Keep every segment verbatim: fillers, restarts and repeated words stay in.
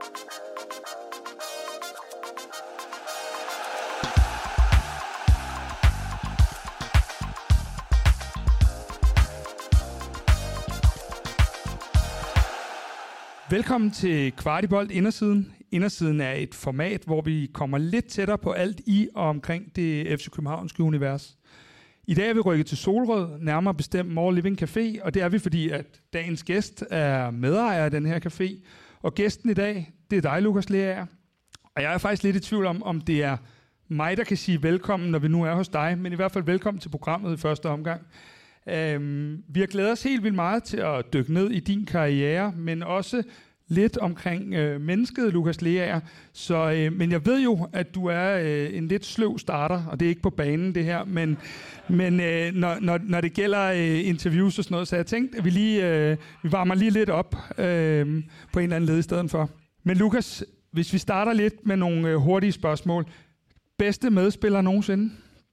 Velkommen til Kvartibold Indersiden. Indersiden er et format, hvor vi kommer lidt tættere på alt i og omkring det F C Københavnske univers. I dag er vi rykket til Solrød, nærmere bestemt More Living Café, og det er vi, fordi at dagens gæst er medejer af den her café. Og gæsten i dag, det er dig, Lukas Leaer. Og jeg er faktisk lidt i tvivl om, om det er mig, der kan sige velkommen, når vi nu er hos dig, men i hvert fald velkommen til programmet i første omgang. Um, vi har glædet os helt vildt meget til at dykke ned i din karriere, men også lidt omkring uh, mennesket, Lukas Leaer. Så, uh, men jeg ved jo, at du er uh, en lidt sløv starter, og det er ikke på banen det her, men, men uh, når, når, når det gælder uh, interviews og sådan noget, så jeg tænkte, at vi lige uh, vi varmer lige lidt op uh, på en eller anden led i stedet for. Men Lukas, hvis vi starter lidt med nogle uh, hurtige spørgsmål. Bedste medspiller nogensinde?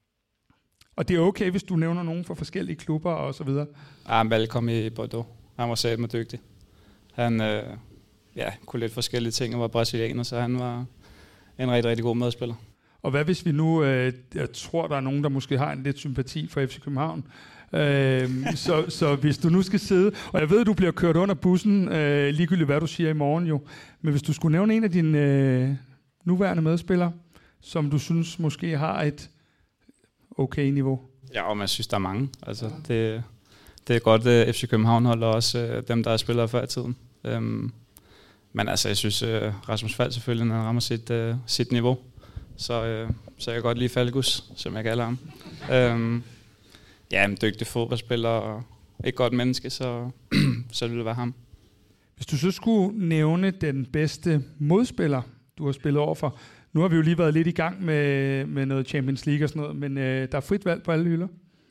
Og det er okay, hvis du nævner nogen fra forskellige klubber og så videre. Ja, Mal kom i Bordeaux. Han var satme dygtig. Han øh, ja, kunne lidt forskellige ting og var brasilianer, så han var en rigtig, rigtig god medspiller. Og hvad hvis vi nu, øh, jeg tror, der er nogen, der måske har en lidt sympati for F C København. Øh, så, så hvis du nu skal sidde, og jeg ved, at du bliver kørt under bussen, øh, ligegyldigt hvad du siger i morgen jo, men hvis du skulle nævne en af dine øh, nuværende medspillere, som du synes måske har et okay niveau. Ja, og man synes, der er mange. Altså, det, det er godt, uh, F C København holder også uh, dem, der er spillere før i tiden. Um, men altså, jeg synes, uh, Rasmus Falk selvfølgelig, når han rammer sit, uh, sit niveau. Så, uh, så jeg kan godt lide Falkus, som jeg kalder ham. Um, ja, en dygtig fodboldspiller og et godt menneske, så, så ville det være ham. Hvis du så skulle nævne den bedste modspiller, du har spillet over for. Nu har vi jo lige været lidt i gang med, med noget Champions League og sådan noget, men øh, der er frit valg på alle hylder.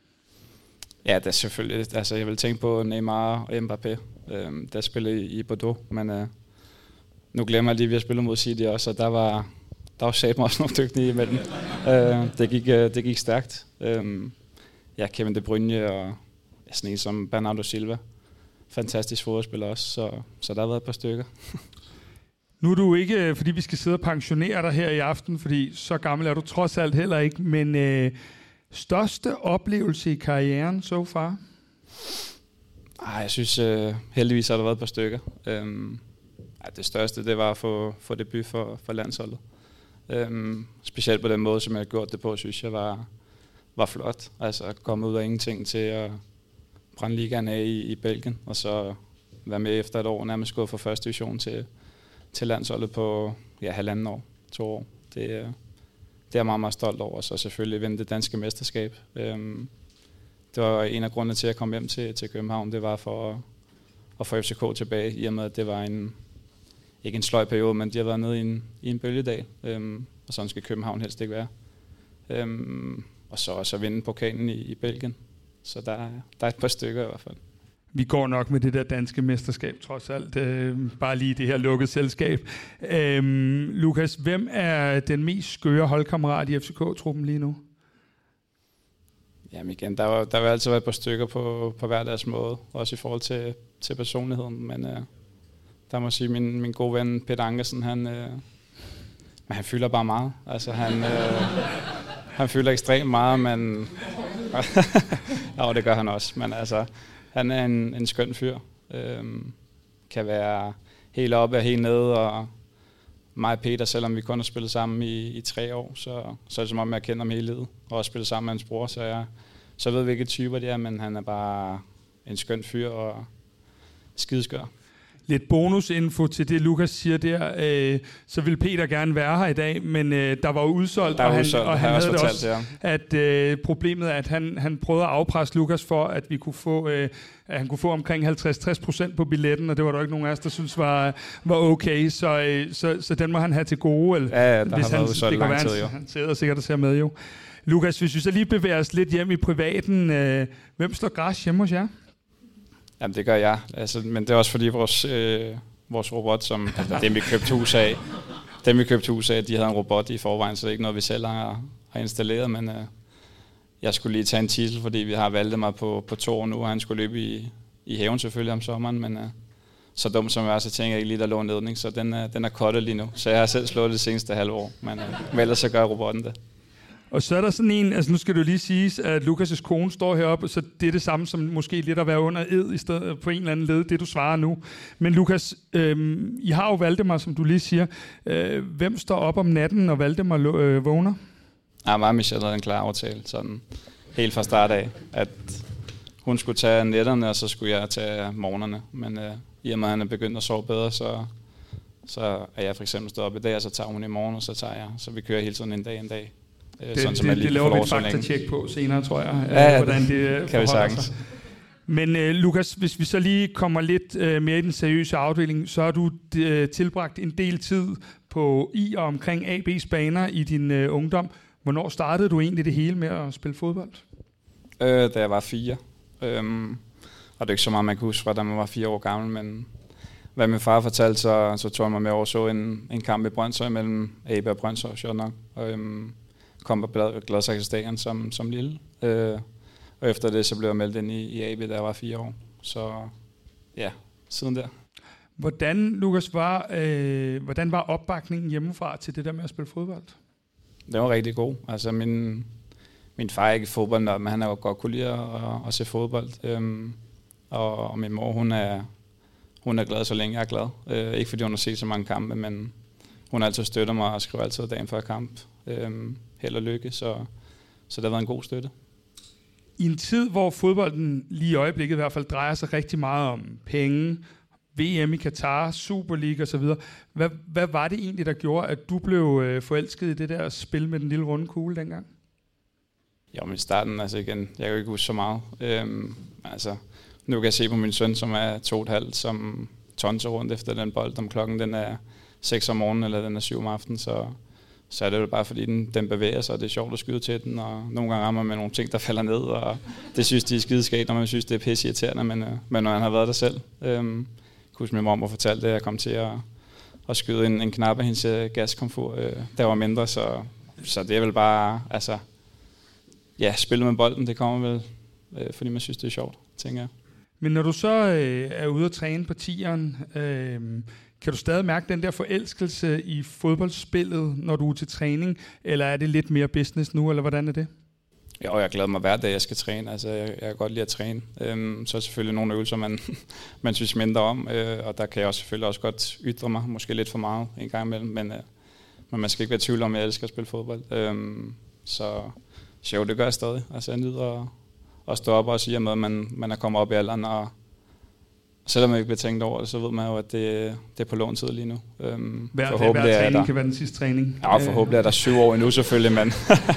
Ja, det er selvfølgelig. Altså, jeg vil tænke på Neymar og Mbappé, øh, der spillede i, i Bordeaux, men øh, nu glemmer jeg lige, at vi har spillet mod City også, og der var, der var satme også nogle dygtige imellem. øh, det, gik, øh, det gik stærkt. Øh, ja, Kevin De Bruyne og ja, sådan en som Bernardo Silva. Fantastisk fodboldspiller også, så, så der har været et par stykker. Nu er du ikke, fordi vi skal sidde og pensionere dig her i aften, fordi så gammel er du trods alt heller ikke, men øh, største oplevelse i karrieren so far? Ej, jeg synes øh, heldigvis har der været et par stykker. Øhm, ej, det største, det var at få, få debut for, for landsholdet. Øhm, specielt på den måde, som jeg har gjort det på, synes jeg var, var flot. Altså at komme ud af ingenting til at brænde ligaen af i, i Belgien, og så være med efter et år, nærmest gået fra første division til til landsholdet på ja, halvanden år, to år. Det, det er jeg meget, meget stolt over, så selvfølgelig vinde det danske mesterskab. Øhm, det var en af grundene til at komme hjem til, til København, det var for at, at få F C K tilbage, i og med at det var en, ikke en sløj periode, men de har været nede i en, i en bølgedag, øhm, og sådan skal København helst ikke være. Øhm, og så også at vinde pokalen i, i Belgien, så der, der er et par stykker i hvert fald. Vi går nok med det der danske mesterskab, trods alt. Øh, bare lige det her lukkede selskab. Øhm, Lukas, hvem er den mest skøre holdkammerat i F C K-truppen lige nu? Jamen igen, der var, der var altid været et par stykker på, på hver deres måde, også i forhold til, til personligheden. Men øh, der må jeg sige, min, min gode ven Peter Ankersen, han, øh, men han fylder bare meget. Altså han, øh, han fylder ekstremt meget, men ja, det gør han også. Men altså, han er en, en skøn fyr. Øhm, kan være helt oppe og helt nede, og mig og Peter, selvom vi kun har spillet sammen i, i tre år, så, så er det som om, jeg kender ham hele livet, og også spillet sammen med hans bror, så jeg så ved vi hvilke typer det er, men han er bare en skøn fyr og skideskør. Lidt bonusinfo til det, Lukas siger der. Øh, så ville Peter gerne være her i dag, men øh, der var udsolgt, der var og han, udsolgt. og han havde det fortalt, også, ja. at øh, problemet er, at han, han prøvede at afpresse Lukas for, at vi kunne få, øh, at han kunne få omkring halvtreds til tres procent på billetten, og det var der ikke nogen af os, der synes var, var okay, så, øh, så, så den må han have til gode. Eller, ja, ja, der hvis har han, været udsolgt lang tid, jo. Han sidder sikkert og ser med, jo. Lukas, hvis vi så lige bevæger os lidt hjem i privaten, øh, hvem slår græs hjemme hos jer? Jamen, det gør jeg. Altså, men det er også fordi vores... Øh vores robot, som altså, dem vi købte hus af, dem vi købte hus af, de havde en robot i forvejen, så det er ikke noget, vi selv har, har installeret, men øh, jeg skulle lige tage en titel, fordi vi har valgt mig på, på to år nu, og han skulle løbe i, i haven selvfølgelig om sommeren, men øh, så dumt som jeg er, så tænker jeg ikke lige, der lå en ledning, så den er, den er cuttet lige nu. Så jeg har selv slået det seneste halve år, men, øh, men ellers så gør robotten det. Og så er der sådan en, altså nu skal du lige sige, at Lukas' kone står heroppe, så det er det samme som måske lidt at være under ed i stedet på en eller anden led, det du svarer nu. Men Lukas, øh, I har jo Valdemar, som du lige siger. Øh, hvem står op om natten, når Valdemar øh, vågner? Ja, mig og Michelle havde en klar aftale, sådan helt fra start af, at hun skulle tage nætterne, og så skulle jeg tage morgenerne. Men øh, i og med, at han er begyndt at sove bedre, så, så er jeg for eksempel stået op i dag, og så tager hun i morgen, og så tager jeg. Så vi kører hele tiden en dag en dag. Det, sådan, det, det laver vi et faktatjek på senere, tror jeg, ja, ja, hvordan det kan vi sagtens. Men uh, Lukas, hvis vi så lige kommer lidt uh, mere i den seriøse afdeling, så har du uh, tilbragt en del tid på i og omkring A B's baner i din uh, ungdom. Hvornår startede du egentlig det hele med at spille fodbold? Øh, da jeg var fire. Øhm, og det er ikke så meget, man kan huske fra, da man var fire år gammel, men hvad min far fortalte, så, så tog jeg mig med over så en, en kamp i Brøndshøj mellem A B og Brøndshøj, sjovt nok. Og, øhm, kom på Gladsaxe Stadion som, som lille. Øh, og efter det, så blev jeg meldt ind i, i A B, da jeg var fire år. Så ja, siden der. Hvordan, Lukas, var, øh, hvordan var opbakningen hjemmefra til det der med at spille fodbold? Det var rigtig god. Altså min, min far er ikke fodbold, men han er jo godt kunne lide at, at se fodbold. Øhm, og, og min mor, hun er, hun er glad, så længe jeg er glad. Øh, ikke fordi hun har set så mange kampe, men hun har altid støttet mig og skriver altid dagen før kamp. Øhm, held og lykke, så, så det har været en god støtte. I en tid, hvor fodbolden lige i øjeblikket i hvert fald drejer sig rigtig meget om penge, V M i Katar, Superliga osv., hvad, hvad var det egentlig, der gjorde, at du blev øh, forelsket i det der spil med den lille runde kugle dengang? Jo, men i starten, altså igen, jeg kan jo ikke huske så meget. Øhm, altså, nu kan jeg se på min søn, som er to og et halvt, som tonser rundt efter den bold, om klokken den er seks om morgenen, eller den er syv om aftenen, så så er det jo bare fordi, den, den bevæger sig, og det er sjovt at skyde til den, og nogle gange rammer man nogle ting, der falder ned, og det synes de er skideskægt, når man synes, det er pisse irriterende, men, øh, men når han har været der selv. Øhm, jeg husker min mor fortalte det, at jeg kom til at, at skyde en, en knap af hendes gaskomfur, øh, der var mindre, så, så det er vel bare, altså, ja, spille med bolden, det kommer vel, øh, fordi man synes, det er sjovt, tænker jeg. Men når du så øh, er ude at træne på tieren, øh, kan du stadig mærke den der forelskelse i fodboldspillet, når du er til træning, eller er det lidt mere business nu, eller hvordan er det? Jo, jeg glæder mig hver dag, jeg skal træne. Altså, jeg, jeg kan godt lide at træne. Øhm, så er selvfølgelig nogle øvelser, man, man synes mindre om, øh, og der kan jeg også selvfølgelig også godt ytre mig, måske lidt for meget en gang imellem, men, øh, men man skal ikke være i tvivl om, at jeg elsker at spille fodbold. Øhm, så, så jo, det gør jeg stadig. Altså, jeg nyder at, at stå op og sige, at man, man er kommet op i alderen, og selvom man ikke bliver tænkt over det, så ved man jo, at det, det er på låntid lige nu. Øhm, hver, hver træning der, kan være den sidste træning. Ja, forhåbentlig er der syv år endnu selvfølgelig, men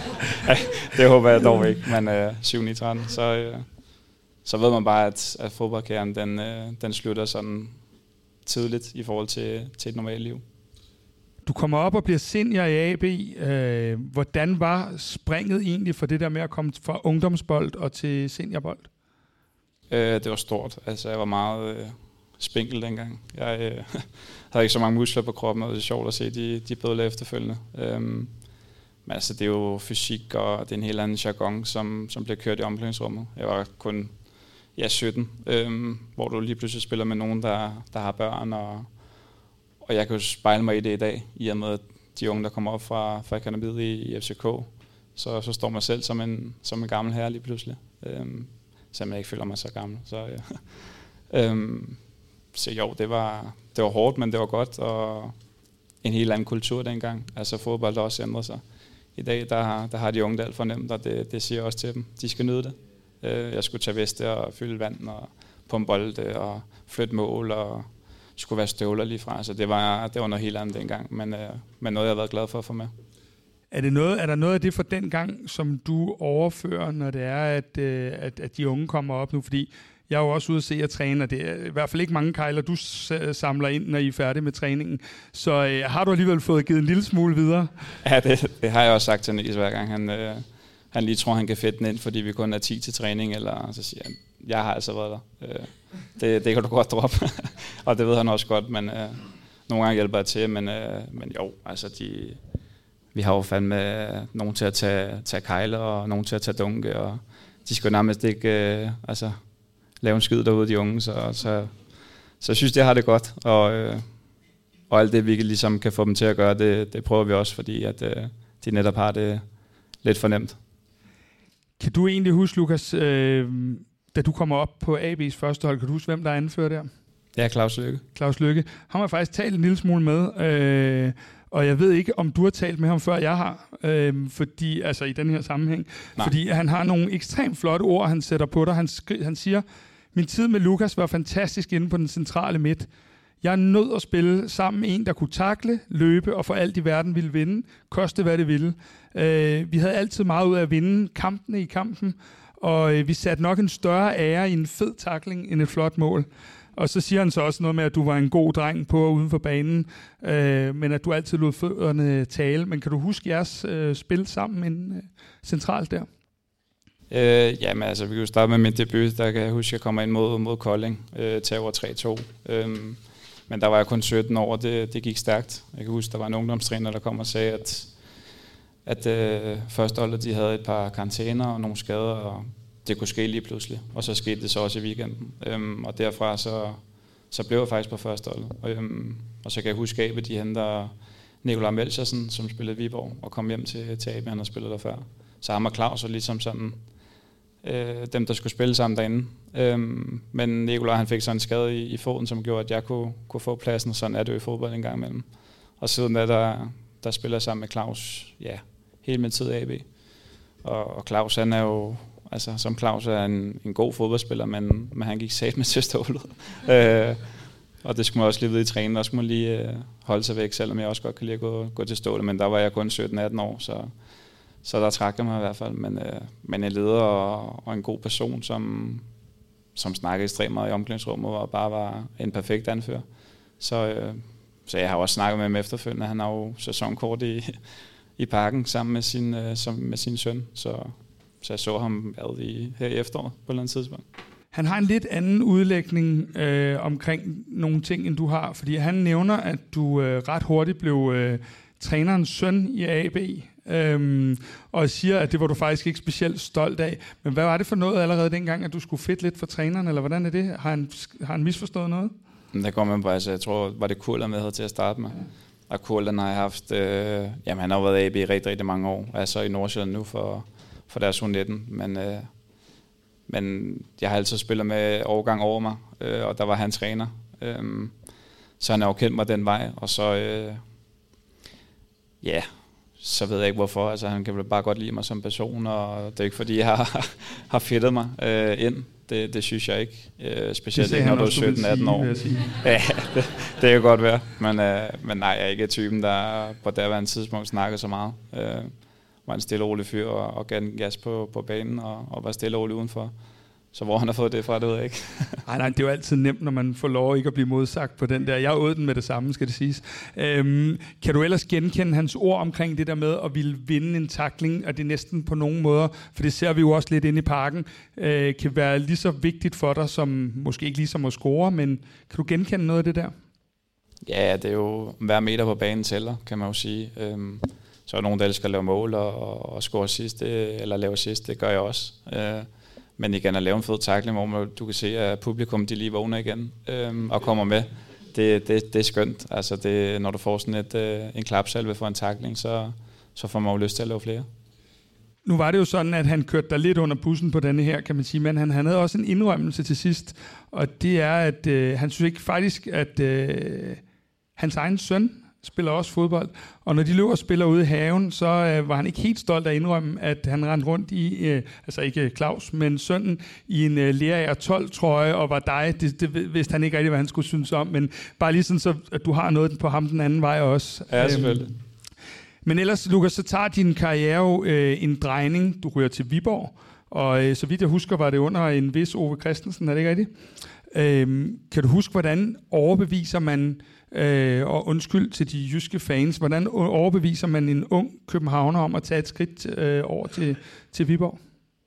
det håber jeg dog ikke. Men øh, syv ni tretten, så, øh, så ved man bare, at, at fodboldkarrieren den, øh, den slutter sådan tidligt i forhold til, til et normalt liv. Du kommer op og bliver senior i A B. Øh, hvordan var springet egentlig for det der med at komme fra ungdomsbold og til seniorbold? Øh, det var stort. Altså, jeg var meget øh, spinkel dengang. Jeg øh, havde ikke så mange muskler på kroppen, og det er sjovt at se de, de bødler efterfølgende. Øhm, men altså, det er jo fysik, og det er en helt anden jargon, som, som bliver kørt i omklædningsrummet. Jeg var kun ja, sytten, øhm, hvor du lige pludselig spiller med nogen, der, der har børn, og, og jeg kan jo spejle mig i det i dag, i og med at de unge, der kommer op fra, fra akademiet i, i F C K, så, så står man selv som en, som en gammel herre lige pludselig. Øhm, selvom jeg ikke føler mig så gammel. Så, ja. øhm, så jo, det var, det var hårdt, men det var godt, og en helt anden kultur dengang. Altså fodbold har også ændret sig. I dag, der, der har de unge det alt for nemt, og det, det siger også til dem. De skal nyde det. Jeg skulle tage veste og fylde vand og pumpe bolde og flytte mål og skulle være støvler lige fra. Så det var, det var noget helt andet dengang, men, men noget, jeg har været glad for at få med. Er, det noget, er der noget af det fra den gang, som du overfører, når det er, at, at, at de unge kommer op nu? Fordi jeg er jo også ude at se at træne, og det er i hvert fald ikke mange kejler, du samler ind, når I er færdige med træningen. Så øh, har du alligevel fået givet en lille smule videre? Ja, det, det har jeg også sagt til Niels hver gang. Han, øh, han lige tror, han kan fedte den ind, fordi vi kun er ti til træning, eller så siger han, jeg har altså været der. Øh, det, det kan du godt droppe. Og det ved han også godt, men øh, nogle gange hjælper jeg til, men, øh, men jo, altså de... Vi har jo fandme nogen til at tage, tage kejler, og nogen til at tage dunke, og de skal jo nærmest ikke øh, altså, lave en skid derude, de unge, så, så, så jeg synes, det har det godt, og, øh, og alt det, vi ligesom kan få dem til at gøre, det, det prøver vi også, fordi at, øh, de netop har det lidt fornemt. Kan du egentlig huske, Lukas, øh, da du kommer op på A B's første hold, kan du huske, hvem der er anfører der? Ja, Claus Lykke. Claus Lykke. Han har faktisk talt en lille smule med, øh, og jeg ved ikke, om du har talt med ham før jeg har, øh, fordi, altså i den her sammenhæng. Nej. Fordi han har nogle ekstremt flotte ord, han sætter på dig. Han, skri- han siger, min tid med Lukas var fantastisk inde på den centrale midt. Jeg nød at spille sammen med en, der kunne takle, løbe og for alt i verden ville vinde, koste hvad det ville. Øh, vi havde altid meget ud af at vinde kampene i kampen, og øh, vi satte nok en større ære i en fed tackling end et flot mål. Og så siger han så også noget med, at du var en god dreng på og uden for banen, øh, men at du altid lod fødderne tale. Men kan du huske jeres øh, spil sammen inden, øh, centralt der? Øh, jamen altså, vi kan jo starte med min debut. Der kan jeg huske, at jeg kommer ind mod, mod Kolding øh, til over tre to. Øhm, men der var jeg kun sytten år, og det, det gik stærkt. Jeg kan huske, der var en ungdomstræner, der kom og sagde, at, at øh, førsteholdet de havde et par karantæner og nogle skader, og det kunne ske lige pludselig. Og så skete det så også i weekenden. Øhm, og derfra så, så blev jeg faktisk på førsteholdet. Og, øhm, og så kan jeg huske, at de henter Nikolaj Melchersen, som spillede Viborg, og kom hjem til, til A B, han havde spillet der før. Så ham og Claus var ligesom sådan, øh, dem, der skulle spille sammen derinde. Øhm, men Nikolaj, han fik sådan en skade i, i foden, som gjorde, at jeg kunne, kunne få pladsen, og sådan er det jo i fodbold en gang imellem. Og siden da, der, der spiller jeg sammen med Claus, ja, hele min tid i A B. Og, og Claus, han er jo, altså som Claus er en, en god fodboldspiller, men, men han gik sat med til stålet. øh, og det skulle man også lige vide i træningen, og skulle man lige øh, holde sig væk, selvom jeg også godt kan lide at gå, gå til stålet, men der var jeg kun sytten atten år, så, så der trak jeg mig i hvert fald. Men, øh, men en leder og, og en god person, som, som snakkede ekstremt meget i omklædningsrummet, og bare var en perfekt anfører. Så, øh, så jeg har også snakket med ham efterfølgende. Han har jo sæsonkort i, i Parken sammen med sin, øh, som, med sin søn, så, så jeg så ham i, her i efteråret på et eller andet tidspunkt. Han har en lidt anden udlægning øh, omkring nogle ting, end du har, fordi han nævner, at du øh, ret hurtigt blev øh, trænerens søn i A B, øh, og siger, at det var du faktisk ikke specielt stolt af. Men hvad var det for noget allerede dengang, at du skulle fedt lidt for træneren, eller hvordan er det? Har han, har han misforstået noget? Der går man på, altså jeg tror, var det Kurland, jeg havde til at starte med. Og Kurland har jeg haft, øh, jamen han har været A B i rigtig, rigtig mange år, og er så i Nordsjælland nu for, for deres U nitten, men... Øh, Men jeg har altid spillet med årgang over mig, øh, og der var han træner. Øhm, så han har jo kendt mig den vej, og så, øh, ja, så ved jeg ikke hvorfor. Altså, han kan vel bare godt lide mig som person, og det er ikke fordi, jeg har, har fedtet mig øh, ind. Det, det synes jeg ikke. Øh, specielt ikke, når du er sytten atten år. Ja, det, det kan godt være. Men, øh, men nej, jeg er ikke typen, der på derværende tidspunkt snakker så meget. Øh, var en stille og rolig fyr og, og gav en gas på, på banen og, og var stille og rolig udenfor. Så hvor han har fået det fra, det ved jeg ikke. Nej, nej, det er jo altid nemt, når man får lov ikke at blive modsagt på den der. Jeg åd den med det samme, skal det siges. Øhm, kan du ellers genkende hans ord omkring det der med at ville vinde en tackling, og det næsten på nogle måder, for det ser vi jo også lidt inde i Parken, øh, kan være lige så vigtigt for dig, som måske ikke lige som at score, men kan du genkende noget af det der? Ja, det er jo hver meter på banen tæller, kan man jo sige. Øhm, så er der nogen, der elsker at lave mål og, og score sidst, eller lave sidst, det gør jeg også. Øh, men igen, at lave en fed tackling, hvor man, du kan se, at publikum de lige vågner igen øh, og kommer med, det, det, det er skønt. Altså det, når du får sådan et, øh, en klapsalve for en tackling, så, så får man jo lyst til at lave flere. Nu var det jo sådan, at han kørte dig lidt under bussen på denne her, kan man sige, men han, han havde også en indrømmelse til sidst, og det er, at øh, han synes ikke faktisk, at øh, hans egen søn spiller også fodbold, og når de løber og spiller ude i haven, så øh, var han ikke helt stolt af at indrømme, at han rendte rundt i, øh, altså ikke Claus, men sønnen, i en øh, Lerager tolv-trøje, og var dig. Det, det vidste han ikke rigtig, hvad han skulle synes om, men bare lige sådan, så at du har noget på ham den anden vej også. Ja, selvfølgelig. Øhm, men ellers, Lukas, så tager din karriere jo øh, en drejning. Du ryger til Viborg, og øh, så vidt jeg husker, var det under en vis Ove Christensen, er det ikke rigtigt? Øhm, kan du huske, hvordan overbeviser man, øh, og undskyld til de jyske fans, hvordan overbeviser man en ung københavner om at tage et skridt øh, over til, til Viborg?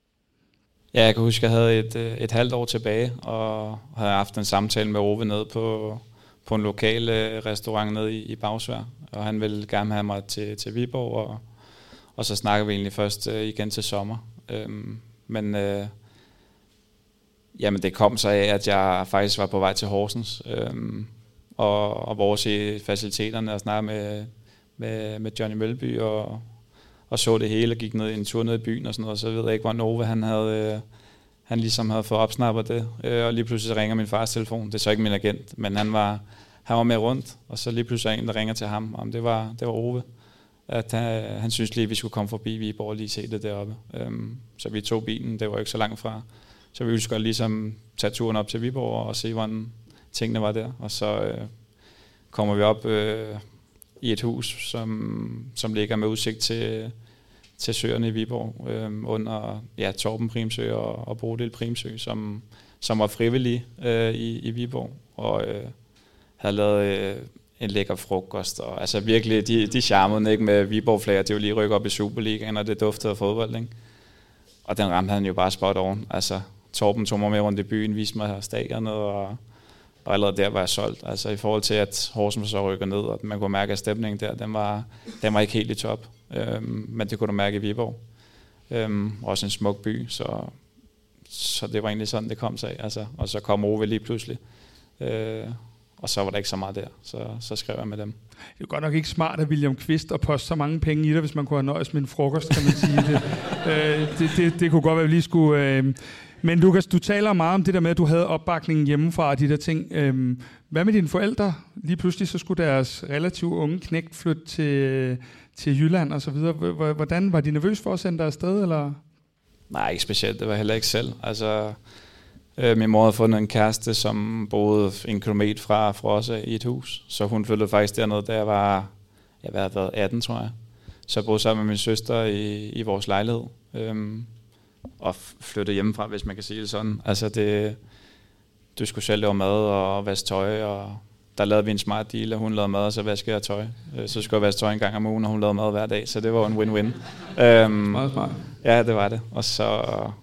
Ja, jeg kan huske, at jeg havde et, et halvt år tilbage, og havde haft en samtale med Ove nede på, på en lokal øh, restaurant nede i, i Bagsværd, og han ville gerne have mig til, til Viborg, og, og så snakkede vi egentlig først øh, igen til sommer. Øhm, men... Øh, Jamen det kom så af, at jeg faktisk var på vej til Horsens, øhm, og, og var også i faciliteterne og snakkede med, med, med Johnny Mølby, og, og så det hele, og gik ned i en tur ned i byen og sådan noget, så ved jeg ikke, hvor Nove han havde, øh, han ligesom havde fået opsnappet det, øh, og lige pludselig ringer min fars telefon. Det er så ikke min agent, men han var, han var med rundt, og så lige pludselig er en, der ringer til ham, og det var, det var Ove, at han, han synes lige, at vi skulle komme forbi Viborg og lige se det deroppe. Øhm, så vi tog bilen, det var ikke så langt fra, så vi skulle ligesom tage turen op til Viborg og se, hvordan tingene var der, og så øh, kommer vi op øh, i et hus, som, som ligger med udsigt til, til søerne i Viborg, øh, under ja, Torben Primsø og, og Bodil Primsø, som, som var frivillige øh, i, i Viborg, og øh, havde lavet øh, en lækker frokost, og altså virkelig, de, de charmede ikke med Viborg-flager, det var lige rykke op i Superligaen, og det duftede af fodbold, ikke? Og den ramte han jo bare spot oven. Altså, Torben tog mig med rundt i byen, viste mig stadionet, og, og allerede der var jeg solgt. Altså i forhold til, at Horsens så rykker ned, og man kunne mærke, at stemningen der, den var, den var ikke helt i top. Øhm, men det kunne du mærke i Viborg. Øhm, også en smuk by, så, så det var egentlig sådan, det kom sig af. Altså, og så kom Ove lige pludselig. Øh, og så var der ikke så meget der, så, så skrev jeg med dem. Det er godt nok ikke smart af William Kvist at poste så mange penge i dig, hvis man kunne have nøjes med en frokost, kan man sige. Det, øh, det, det, det kunne godt være, at vi lige skulle... Øh. Men Lukas, du taler meget om det der med, at du havde opbakningen hjemmefra og de der ting. Øh, hvad med dine forældre? Lige pludselig så skulle deres relativt unge knægt flytte til, til Jylland og så videre. Hvordan var de nervøs for at sende dig afsted, eller...? Nej, ikke specielt. Det var heller ikke selv. Altså... Min mor havde fundet en kæreste, som boede en kilometer fra, fra os i et hus. Så hun flyttede faktisk dernede, da jeg var, jeg var været atten, tror jeg. Så jeg boede sammen med min søster i, i vores lejlighed. Øhm, og flyttede hjemmefra, hvis man kan sige det sådan. Altså det, du skulle selv lave mad og vaske tøj, og der lavede vi en smart deal, og hun lavede mad, og så vaskede jeg tøj. Så skulle jeg vaske tøj en gang om ugen, og hun lavede mad hver dag, så det var en win-win. Øhm, Meget smart. Ja, det var det. Og så...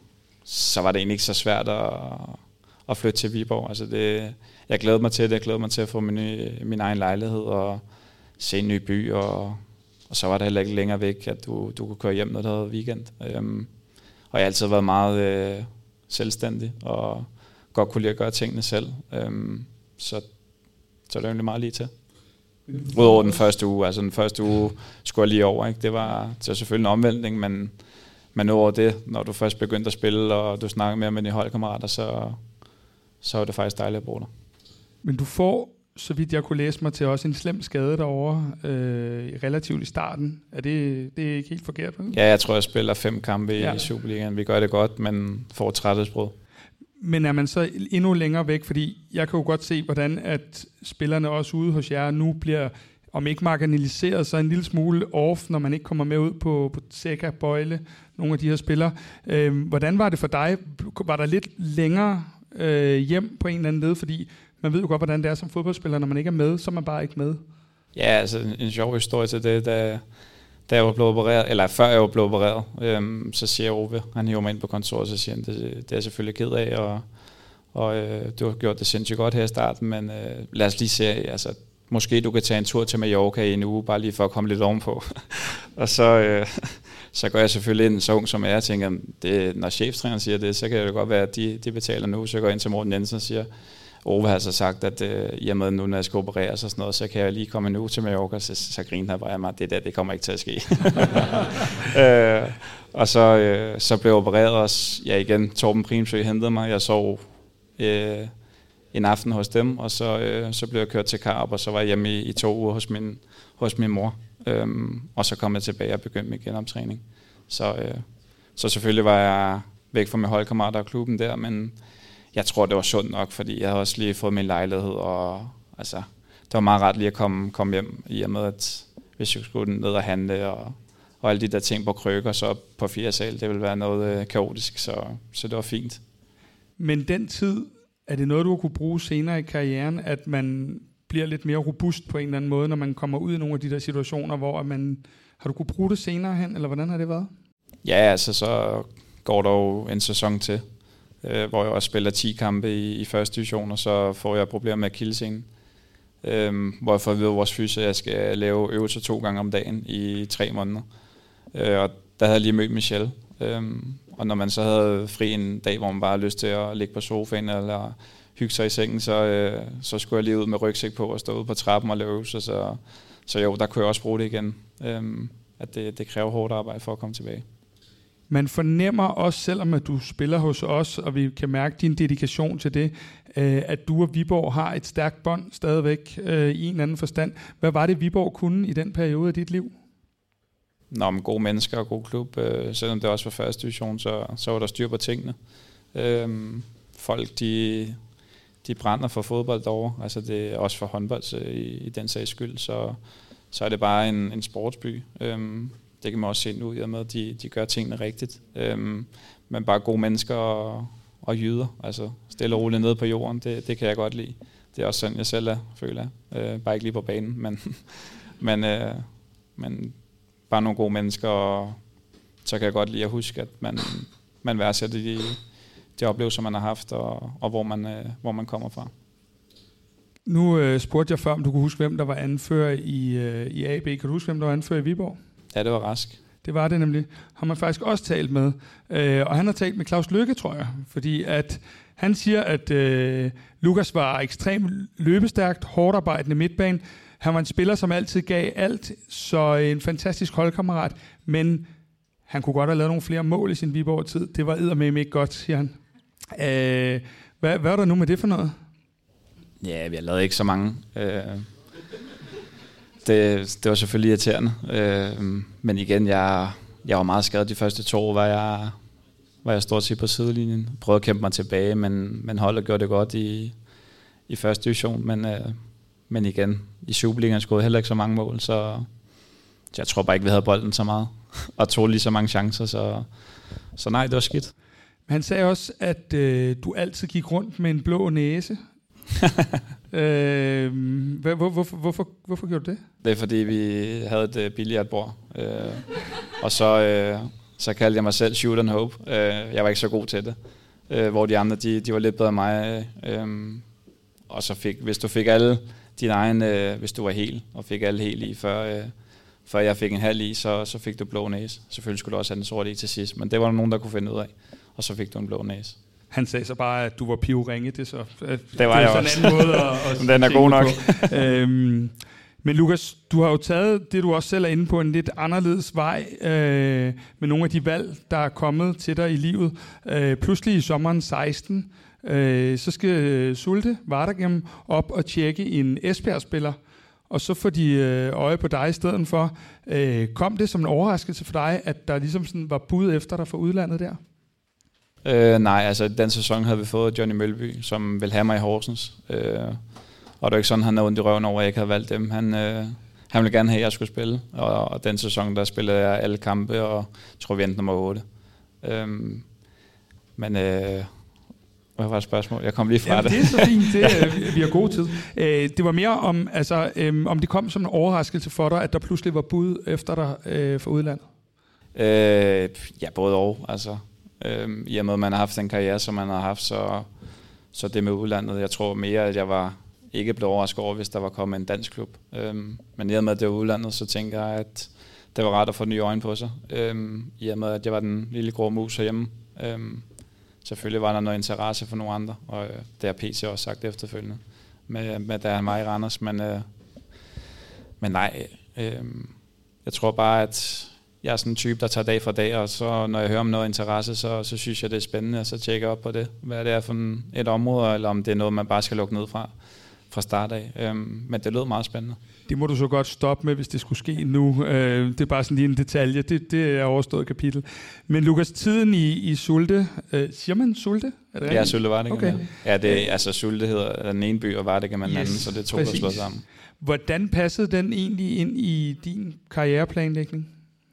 så var det egentlig ikke så svært at, at flytte til Viborg. Altså det, jeg glædede mig til det. Jeg glædede mig til at få min, min egen lejlighed og se en ny by. Og, og så var det heller ikke længere væk, at du, du kunne køre hjem, når det havde weekend. Øhm, og jeg har altid været meget øh, selvstændig og godt kunne lide at gøre tingene selv. Øhm, så, så det var egentlig meget lige til. Udover den første uge. Altså den første uge skulle jeg lige over. Ikke? Det, var, det var selvfølgelig en omvæltning, men... Men over det, når du først begyndte at spille, og du snakker mere med dine holdkammerater, så, så er det faktisk dejligt at bruge dig. Men du får, så vidt jeg kunne læse mig til, også en slem skade derovre, øh, relativt i starten. Er det, det er ikke helt forkert? Vel? Ja, jeg tror, jeg spiller fem kampe ja. i Superligaen. Vi gør det godt, men får træthedsbrud. Men er man så endnu længere væk? Fordi jeg kan jo godt se, hvordan at spillerne også ude hos jer nu bliver... om ikke marginaliseret, så en lille smule off, når man ikke kommer med ud på, på Sækker, Bøjle, nogle af de her spillere. Øh, hvordan var det for dig? Var der lidt længere øh, hjem på en eller anden led? Fordi man ved jo godt, hvordan det er som fodboldspiller, når man ikke er med, så er man bare ikke med. Ja, altså en, en sjov historie til det, da, da jeg var blevet opereret, eller før jeg var blevet opereret, øhm, så siger Ove, han hiver mig ind på kontoret, så siger han, det, det er jeg selvfølgelig ked af, og, og øh, du har gjort det sindssygt godt her i starten, men øh, lad os lige se, altså måske du kan tage en tur til Mallorca i en uge, bare lige for at komme lidt ovenpå. Og så, øh, så går jeg selvfølgelig ind så ung som jeg, og tænker, det, når cheftræneren siger det, så kan det godt være, at de, de betaler nu. Så går jeg ind til Morten Jensen og siger, Ove har så sagt, at øh, i og med nu, når jeg skal opereres og sådan noget, så kan jeg lige komme en uge til Mallorca. Så, så griner han bare mig, det der, det kommer ikke til at ske. øh, og så, øh, så blev jeg opereret også. Ja, igen, Torben Primsø hentede mig. Jeg sov... Øh, en aften hos dem, og så, øh, så blev jeg kørt til Karup, og så var jeg hjemme i, i to uger hos min, hos min mor. Øhm, og så kom jeg tilbage og begyndte med genoptræning. Så, øh, så selvfølgelig var jeg væk fra mine holdkammerater og klubben der, men jeg tror, det var sundt nok, fordi jeg havde også lige fået min lejlighed, og altså, det var meget rart lige at komme, komme hjem, i og med, at hvis jeg skulle ned og handle, og, og alle de der ting på krykker, så på fire sal, det ville være noget øh, kaotisk, så, så det var fint. Men den tid, er det noget, du har kunne bruge senere i karrieren, at man bliver lidt mere robust på en eller anden måde, når man kommer ud i nogle af de der situationer, hvor man... Har du kunne bruge det senere hen, eller hvordan har det været? Ja, altså så går der jo en sæson til, øh, hvor jeg også spiller ti kampe i, i første division, og så får jeg problemer med akillescenen. Øh, hvor jeg får at vide vores fysio, at jeg skal lave øvelser to gange om dagen i tre måneder. Øh, og der havde jeg lige mødt Michel, øh, og når man så havde fri en dag, hvor man bare havde lyst til at ligge på sofaen eller hygge sig i sengen, så, øh, så skulle jeg lige ud med rygsæk på og stå ude på trappen og lave øvelser. Så, så jo, der kunne jeg også bruge det igen. Øhm, at det, det kræver hårdt arbejde for at komme tilbage. Man fornemmer også, selvom at du spiller hos os, og vi kan mærke din dedikation til det, øh, at du og Viborg har et stærkt bånd stadigvæk øh, i en eller anden forstand. Hvad var det, Viborg kunne i den periode af dit liv? Nå, men gode mennesker og god klub. Øh, selvom det også var første division, så, så var der styr på tingene. Øh, folk, de, de brænder for fodbold derovre. Altså det er også for håndbold i, i den sags skyld. Så, så er det bare en, en sportsby. Øh, Det kan man også se nu i og med, at de, de gør tingene rigtigt. Øhm, men bare gode mennesker og, og jyder, altså stille og roligt nede på jorden, det, det kan jeg godt lide. Det er også sådan, jeg selv er, føler jeg. Øh, bare ikke lige på banen, men, men, øh, men bare nogle gode mennesker, og så kan jeg godt lide at huske, at man, man værdsætter de, de oplevelser, man har haft, og, og hvor, man, øh, hvor man kommer fra. Nu øh, spurgte jeg før, om du kunne huske, hvem der var anfører i, øh, i A B. Kan du huske, hvem der var anfører i Viborg? Ja, det var Rask. Det var det nemlig. Har man faktisk også talt med. Øh, og han har talt med Claus Lykke, tror jeg. Fordi at han siger, at øh, Lukas var ekstremt løbestærkt, hårdt arbejdende midtbane. Han var en spiller, som altid gav alt. Så en fantastisk holdkammerat. Men han kunne godt have lavet nogle flere mål i sin Viborg-tid. Det var eddermame ikke godt, siger han. Øh, hvad, hvad er der nu med det for noget? Ja, vi har lavet ikke så mange. Øh Det, det var selvfølgelig irriterende, øh, men igen, jeg, jeg var meget skadet de første to år, var jeg, var jeg stort set på sidelinjen. Prøvede at kæmpe mig tilbage, men, men holdet gjorde det godt i, i første division. Men, øh, men igen, i Superligaen skåede heller ikke så mange mål, så, så jeg tror bare ikke, vi havde bolden så meget, og tog lige så mange chancer, så, så nej, det var skidt. Han sagde også, at øh, du altid gik rundt med en blå næse. øh, hvor, hvor, hvorfor, hvorfor, hvorfor gjorde du det? Det er fordi vi havde et øh, billiardbord, øh, og så, øh, så kaldte jeg mig selv Shoot and Hope. Øh, jeg var ikke så god til det, øh, hvor de andre de, de var lidt bedre end mig. Øh, og så fik, hvis du fik alle dine egne, øh, hvis du var hel og fik alle hel i, før, øh, før jeg fik en halv i, så, så fik du blå næse. Selvfølgelig skulle du også have den sorte i til sidst, men det var der nogen, der kunne finde ud af, og så fik du en blå næse. Han sagde så bare, at du var Pio Ringe. Det, så, det var jeg også. En anden måde at, at den er god nok. øhm, men Lukas, du har jo taget det, du også selv er inde på, en lidt anderledes vej øh, med nogle af de valg, der er kommet til dig i livet. Øh, pludselig i sommeren seksten, øh, så skal Sulte Vardagem op og tjekke en Esbjerg-spiller, og så får de øh, øje på dig i stedet for. Øh, kom det som en overraskelse for dig, at der ligesom sådan var bud efter dig fra udlandet der? Øh, nej, altså den sæson havde vi fået Johnny Mølby, som ville have mig i Horsens. Øh, og det var ikke sådan, han havde ondt i røven over, at jeg ikke havde valgt dem. Han, øh, han ville gerne have, at jeg skulle spille. Og, og den sæson, der spillede jeg alle kampe, og jeg tror, vi endte nummer otte. Øh, men øh, hvad var spørgsmål? Jeg kom lige fra Jamen, det. Det er så fint, det, vi har god tid. Øh, det var mere om, altså, øh, om det kom som en overraskelse for dig, at der pludselig var bud efter dig øh, fra udlandet? Øh, ja, både og. Altså. Øhm, I og med, at man har haft den karriere, som man har haft, så, så det med udlandet, jeg tror mere, at jeg var ikke blevet overrasket over, hvis der var kommet en dansk klub. Øhm, men i og med, at det var udlandet, så tænker jeg, at det var rart at få nye øjne på sig. Øhm, I og med, at jeg var den lille grå mus herhjemme. Øhm, selvfølgelig var der noget interesse for nogle andre, og øh, det har P C også sagt efterfølgende, med, med der er mig i Randers. Men, øh, men nej, øh, jeg tror bare, at jeg er sådan en type, der tager dag for dag, og så når jeg hører om noget interesse, så, så synes jeg, det er spændende, og så tjekker jeg op på det. Hvad det er for en, et område, eller om det er noget, man bare skal lukke ned fra, fra start af. Øhm, men det lød meget spændende. Det må du så godt stoppe med, hvis det skulle ske nu. Øh, det er bare sådan lige en detalje. Det, det er overstået kapitel. Men Lukas, tiden i, i Sulte, øh, siger man Sulte? Er det ja, Sulte Vardegem. Okay. Ja, det, altså Sulte hedder den ene by, og Vardegem er den anden, så det er to, der slår sammen. Hvordan passede den egentlig ind i din karriereplanlægning?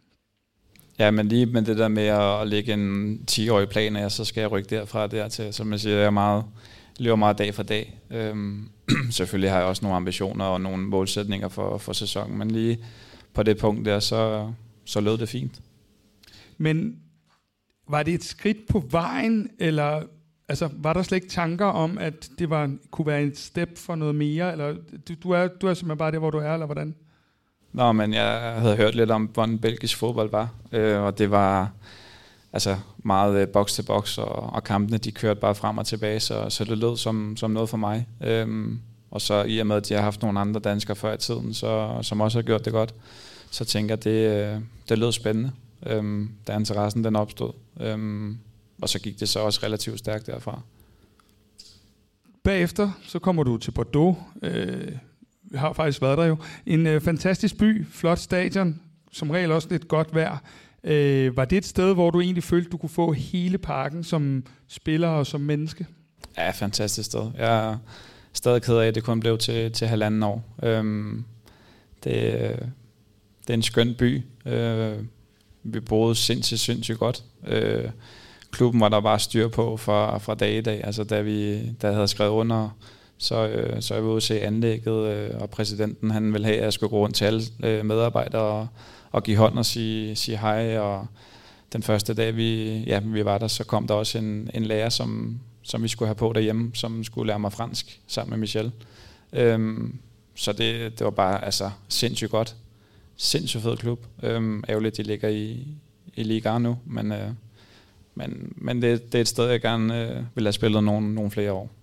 Ja, men lige med det der med at lægge en ti-årig plan af, så skal jeg rykke derfra og dertil. Som jeg siger, jeg er meget, lever meget dag for dag. Øhm, selvfølgelig har jeg også nogle ambitioner og nogle målsætninger for, for sæsonen, men lige på det punkt der, så, så lød det fint. Men var det et skridt på vejen, eller altså, var der slet ikke tanker om, at det var, kunne være et step for noget mere? Eller du, du, er, du er simpelthen bare der, hvor du er, eller hvordan? Nå, men jeg havde hørt lidt om, hvordan belgisk fodbold var, øh, og det var, altså meget øh, box til box, og, og kampene de kørte bare frem og tilbage, så, så det lød som, som noget for mig. Øhm, og så i og med, at de har haft nogle andre danskere før i tiden, så, som også har gjort det godt, så tænker jeg, at det, det lød spændende, øhm, da interessen den opstod. Øhm, og så gik det så også relativt stærkt derfra. Bagefter så kommer du til Bordeaux. Øh, vi har faktisk været der jo. En øh, fantastisk by, flot stadion, som regel også lidt godt vejr. Øh, var det et sted, hvor du egentlig følte, du kunne få hele pakken som spiller og som menneske? Ja, fantastisk sted. Jeg er stadig ked af, at det kun blev til, til halvanden år. Øhm, det, det er en skøn by. Øh, vi boede sindssygt, sindssygt godt. Øh, klubben var der bare styr på fra, fra dag i dag. Altså, da vi da jeg havde skrevet under, så, øh, så jeg var ude at se anlægget, øh, og præsidenten han ville have, at jeg skulle gå rundt til alle øh, medarbejdere og, og give hånd og sige, sige hej. Og den første dag, vi, ja, vi var der, så kom der også en, en lærer, som, som vi skulle have på derhjemme, som skulle lære mig fransk sammen med Michel. Øhm, så det, det var bare altså, sindssygt godt. Sindssygt fed klub. Øhm, ærgerligt, de ligger i, i Ligaen nu, men, øh, men, men det, det er et sted, jeg gerne øh, vil have spillet nogle, nogle flere år.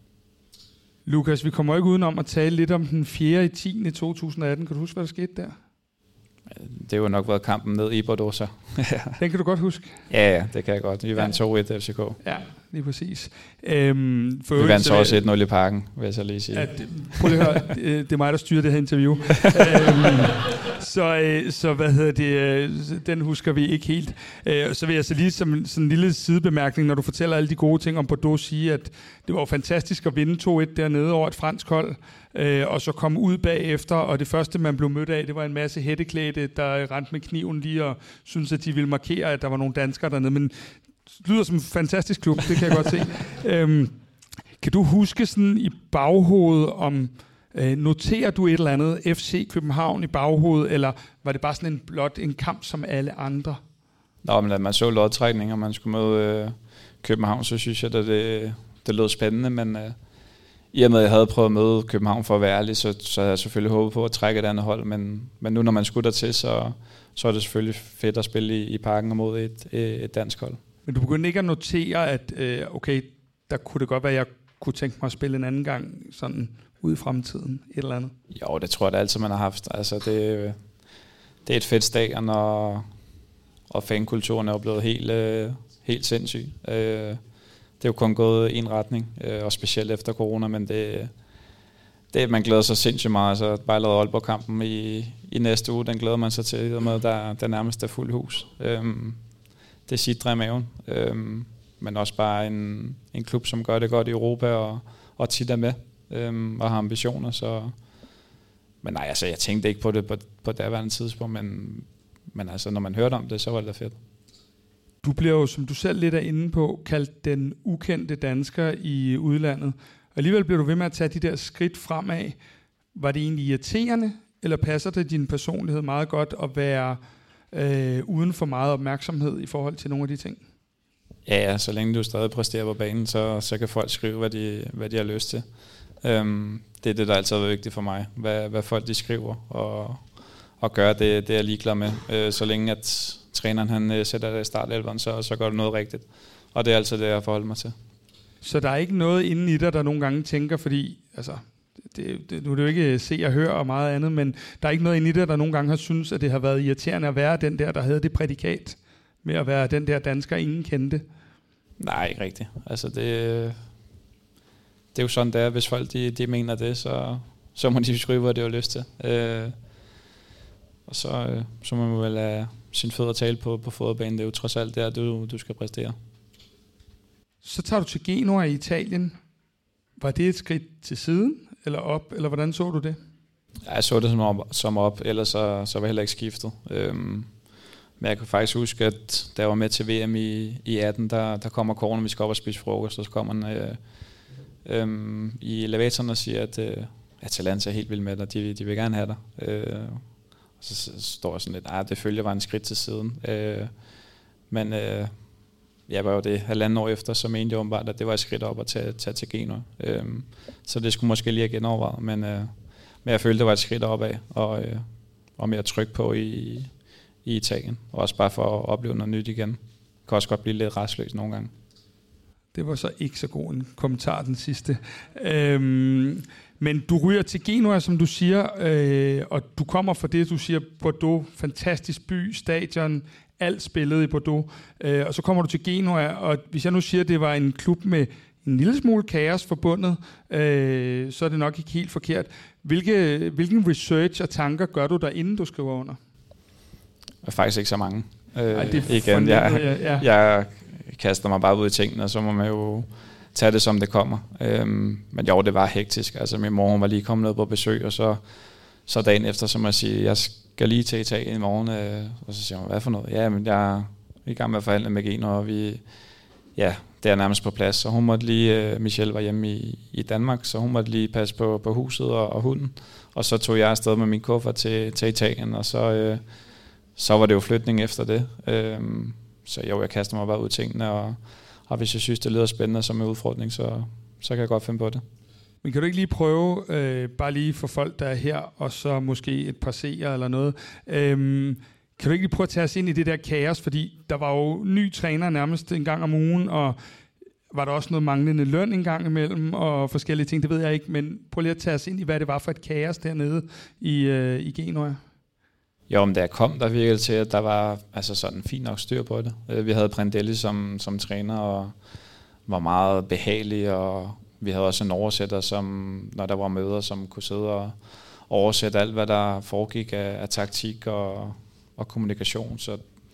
Lukas, vi kommer ikke udenom at tale lidt om den fjerde i tiende to tusind atten. Kan du huske, hvad der skete der? Det har jo nok været kampen ned i Bordeaux, så. Den kan du godt huske? Ja, ja, det kan jeg godt. Vi vandt to et F C K. Ja, lige præcis. Øhm, for vi vandt så også et nul i Parken, vil jeg så lige sige. Ja, det, prøv lige at høre, det, det er mig, der styrer det her interview. øhm, så, så hvad hedder det, den husker vi ikke helt. Øh, så vil jeg så lige som sådan en lille sidebemærkning, når du fortæller alle de gode ting om Bordeaux, sige, at det var fantastisk at vinde to et dernede over et fransk hold, øh, og så komme ud bagefter, og det første, man blev mødt af, det var en masse hætteklædte, der rendte med kniven lige og syntes, at de ville markere, at der var nogle danskere dernede, men det lyder som en fantastisk klub, det kan jeg godt se. Øhm, kan du huske sådan i baghovedet, om øh, noterer du et eller andet F C København i baghovedet, eller var det bare sådan en blot en kamp som alle andre? Nå, men da man så lodtrækning, og man skulle møde øh, København, så synes jeg, at det, det lød spændende, men øh, i og med, at jeg havde prøvet at møde København for at være ærlig, så, så havde jeg selvfølgelig håbet på at trække et andet hold, men, men nu når man skulle dertil, så, så er det selvfølgelig fedt at spille i, i Parken mod et, et dansk hold. Men du begyndte ikke at notere, at øh, okay, der kunne det godt være, at jeg kunne tænke mig at spille en anden gang sådan ud i fremtiden, et eller andet? Jo, det tror jeg da altid, man har haft. Altså, det, det er et fedt stadion, og, og fankulturen er jo blevet helt, øh, helt sindssyg. Øh, det er jo kun gået en retning, øh, og specielt efter corona, men det, det man glæder sig sindssygt meget. Altså, bare lavet Aalborg-kampen i, i næste uge, den glæder man sig til, og med, der, der nærmest er fuld hus. Øh, Det sidder i maven, øhm, men også bare en, en klub, som gør det godt i Europa og, og tit er med øhm, og har ambitioner. Så. Men nej, altså, jeg tænkte ikke på det på, på daværende tidspunkt, men, men altså, når man hørte om det, så var det da fedt. Du bliver jo, som du selv lidt er inde på, kaldt den ukendte dansker i udlandet. Og alligevel bliver du ved med at tage de der skridt fremad. Var det egentlig irriterende, eller passer det din personlighed meget godt at være Øh, uden for meget opmærksomhed i forhold til nogle af de ting? Ja, ja, så længe du stadig præsterer på banen, så, så kan folk skrive, hvad de, hvad de har lyst til. Øhm, det er det, der altid er vigtigt for mig. Hvad, hvad folk de skriver og, og gør, det, det er jeg ligeglad med. Øh, så længe at træneren han sætter det i startelveren, så, så gør du noget rigtigt. Og det er altid det, jeg forholder mig til. Så der er ikke noget inde i dig, der nogle gange tænker, fordi altså Det, det, nu er det jo ikke se og høre og meget andet, men der er ikke noget inde i det, der nogle gange har synes, at det har været irriterende at være den der, der havde det prædikat med at være den der dansker, ingen kendte? Nej, ikke rigtigt. Altså det, det er jo sådan, det er. Hvis folk de, de mener det, så, så må de skrive, hvad det har lyst til. Øh, og så, øh, så må man vel lade sin fødder tale på, på fodboldbanen. Det er jo trods alt der, du, du skal præstere. Så tager du til Genoa i Italien. Var det et skridt til siden eller op, eller hvordan så du det? Ja, jeg så det som op, som op ellers så, så var jeg heller ikke skiftet. Øhm, men jeg kan faktisk huske, at da jeg var med til V M i, i atten, der, der kommer Korn, vi skal op og spise frokost, og så kommer han øh, øh, i elevatoren og siger, at øh, Atalanta er helt vild med dig, de, de vil gerne have dig. Øh, og så, så står jeg sådan lidt, nej, det følger var en skridt til siden. Øh, men øh, jeg var jo det halvanden år efter, så mente jeg åbenbart, at det var et skridt op at tage, tage til Genoa. Øh, så det skulle måske lige have genovervejet, men, øh, men jeg følte, det var et skridt opad, og, øh, og mere tryk på i, i Italien. Og også bare for at opleve noget nyt igen. kan også godt blive lidt restløs nogle gange. Det var så ikke så god en kommentar, den sidste. Øhm, men du ryger til Genoa, som du siger, øh, og du kommer fra det, du siger, Bordeaux, fantastisk by, stadion, alt spillet i Bordeaux, øh, og så kommer du til Genoa, og hvis jeg nu siger, at det var en klub med en lille smule kaos forbundet, øh, så er det nok ikke helt forkert. Hvilke, hvilken research og tanker gør du der, inden du skriver under? Faktisk ikke så mange. Øh, Ej, det igen, jeg, ja. jeg kaster mig bare ud i tingene, og så må man jo tage det, som det kommer. Øhm, men jo, det var hektisk. Altså, min mor hun var lige kommet ned på besøg, og så, så dagen efter, så må jeg sige, jeg skal lige til Italien i morgen. Øh, og så siger hun, hvad for noget? Ja, men jeg er i gang med at forhandle med Genoa, og vi, ja, det er nærmest på plads. Så hun måtte lige, øh, Michelle var hjemme i, i Danmark, så hun måtte lige passe på, på huset og, og hunden. Og så tog jeg afsted med min kuffert til, til Italien, og så, øh, så var det jo flytning efter det. Øh, så jo, jeg kaster mig bare ud i tingene, og, og hvis jeg synes, det lyder spændende som en udfordring, så, så kan jeg godt finde på det. Men kan du ikke lige prøve, øh, bare lige for folk, der er her, og så måske et par seere eller noget, øh, kan du ikke lige prøve at tage os ind i det der kaos, fordi der var jo ny træner nærmest en gang om ugen, og var der også noget manglende løn en gang imellem, og forskellige ting, det ved jeg ikke, men prøv lige at tage os ind i, hvad det var for et kaos dernede i, øh, i Genoa. Jo, men da jeg kom, der virkede til, at der var altså sådan fint nok styr på det. Vi havde Prandelli som, som træner, og var meget behagelig, og vi havde også en oversætter, som, når der var møder, som kunne sidde og oversætte alt, hvad der foregik af, af taktik og, og kommunikation. Så,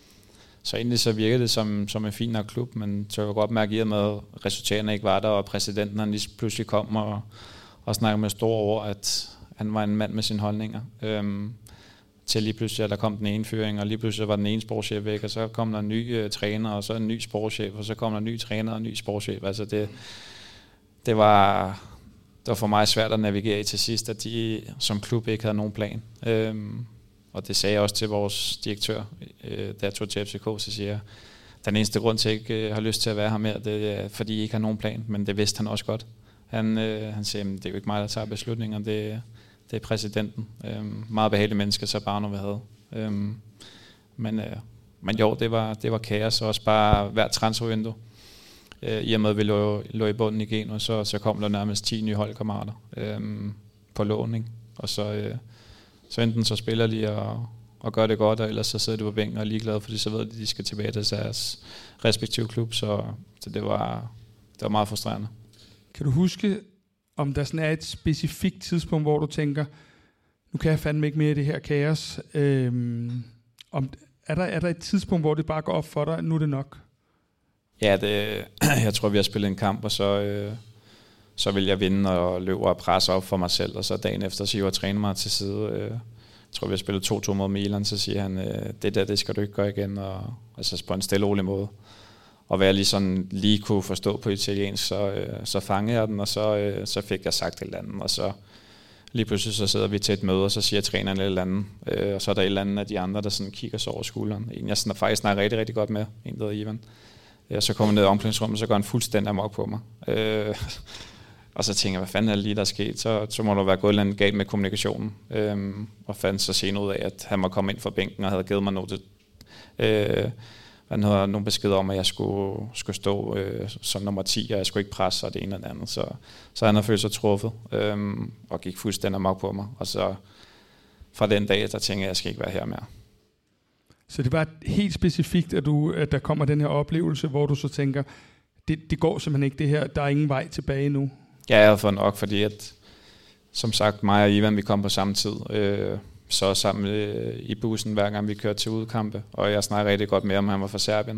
så egentlig så virkede det som, som en fin nok klub, men så jeg godt mærke, at med resultaterne ikke var der, og præsidenten han lige pludselig kom og, og snakkede med store ord, at han var en mand med sine holdninger. Øhm, til lige pludselig, at der kom den ene fyring, og lige pludselig var den ene sportschef væk, og så kom der en ny uh, træner, og så en ny sportschef, og så kom der en ny træner og en ny sportschef. Altså det, det, var, det var for mig svært at navigere i til sidst, at de som klub ikke havde nogen plan. Øhm, og det sagde jeg også til vores direktør, øh, da jeg tog til F C K, så siger jeg, den eneste grund til, at jeg ikke øh, har lyst til at være her mere, det er, fordi I ikke har nogen plan, men det vidste han også godt. Han, øh, han sagde, det er jo ikke mig, der tager beslutninger, det Det er præsidenten. Øhm, meget behagelige mennesker, så bare noget vi havde. Øhm, men, øh, men jo, det var, det var kaos, og også bare hvert transfervindue. Øh, I og med, at vi lå, lå i bunden i Genoa, så, så kom der nærmest ti nye holdkammerater øhm, på låning. Og så, øh, så enten så spiller de og, og gør det godt, og ellers så sidder de på bænken og er ligeglade, fordi så ved de, at de skal tilbage til deres respektive klub. Så, så det, var, det var meget frustrerende. Kan du huske, om der sådan er et specifikt tidspunkt, hvor du tænker, nu kan jeg fandme ikke mere i det her kaos. Øhm, om, er, der, er der et tidspunkt, hvor det bare går op for dig, nu er det nok? Ja, det, jeg tror, vi har spillet en kamp, og så, øh, så vil jeg vinde og løbe og presse op for mig selv, og så dagen efter, så jeg træner mig til side. Øh, jeg tror, vi har spillet to to mod Milan, så siger han, øh, det der, det skal du ikke gøre igen, og altså på en stille rolig måde. Og hvad jeg lige, sådan, lige kunne forstå på italiensk, så, øh, så fangede jeg den, og så, øh, så fik jeg sagt et eller andet. Og så lige pludselig så sidder vi til et møde, og så siger træneren et eller andet. Øh, og så er der et eller andet af de andre, der sådan kigger sig over skulderen. En, jeg sådan, faktisk snakker rigtig, rigtig godt med, en der hedder Ivan. Og så kommer jeg ned i omklædningsrummet, og så går han fuldstændig amok på mig. Øh, og så tænker jeg, hvad fanden er det lige, der er sket? Så, så må der være gået et eller andet galt med kommunikationen. Øh, og fandt så senere ud af, at han må komme ind fra bænken og havde givet mig noget til... Øh, Han havde nogle beskeder om, at jeg skulle, skulle stå øh, som nummer ti, og jeg skulle ikke presse, og det ene og det andet. Så, så han havde følt sig truffet, øhm, og gik fuldstændig amok på mig. Og så fra den dag, der tænkte jeg, at jeg skal ikke være her mere. Så det var helt specifikt, at, du, at der kommer den her oplevelse, hvor du så tænker, det, det går simpelthen ikke det her, der er ingen vej tilbage nu? Ja, jeg havde fået nok, fordi at, som sagt, mig og Ivan, vi kom på samme tid. Øh, så sammen øh, i bussen, hver gang vi kørte til udkampe, og jeg snakkede rigtig godt med ham, han var fra Serbien.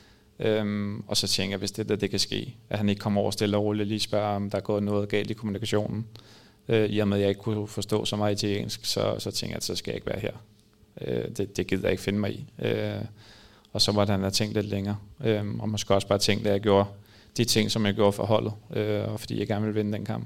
Øhm, og så tænkte jeg, hvis det der det kan ske, at han ikke kommer over stille og roligt, lige spørger, om der er gået noget galt i kommunikationen. Øh, I og med, at jeg ikke kunne forstå så meget italiensk, så, så tænkte jeg, at så skal jeg ikke være her. Øh, det, det gider jeg ikke finde mig i. Øh, og så måtte han have tænkt lidt længere, øh, og måske også bare tænkt, at jeg gjorde de ting, som jeg gjorde for holdet, øh, og fordi jeg gerne ville vinde den kamp.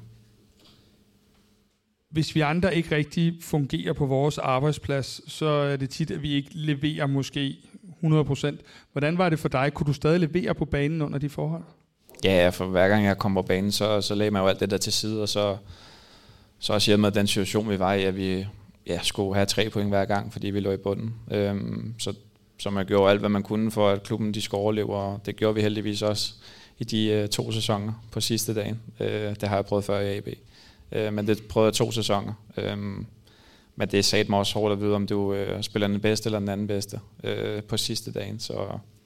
Hvis vi andre ikke rigtig fungerer på vores arbejdsplads, så er det tit, at vi ikke leverer måske hundrede procent. Hvordan var det for dig? Kunne du stadig levere på banen under de forhold? Ja, for hver gang jeg kom på banen, så, så lagde man jo alt det der til side, og så, så også hjemme med den situation, vi var i, at vi ja, skulle have tre point hver gang, fordi vi lå i bunden. Øhm, så som har gjort alt, hvad man kunne for, at klubben de skulle overleve, og det gjorde vi heldigvis også i de øh, to sæsoner på sidste dagen. Øh, det har jeg prøvet før i A B, øh, men det prøvede jeg to sæsoner. Øh, men det sagde mig også hårdt at vide, om du øh, spiller den bedste eller den anden bedste øh, på sidste dagen, så,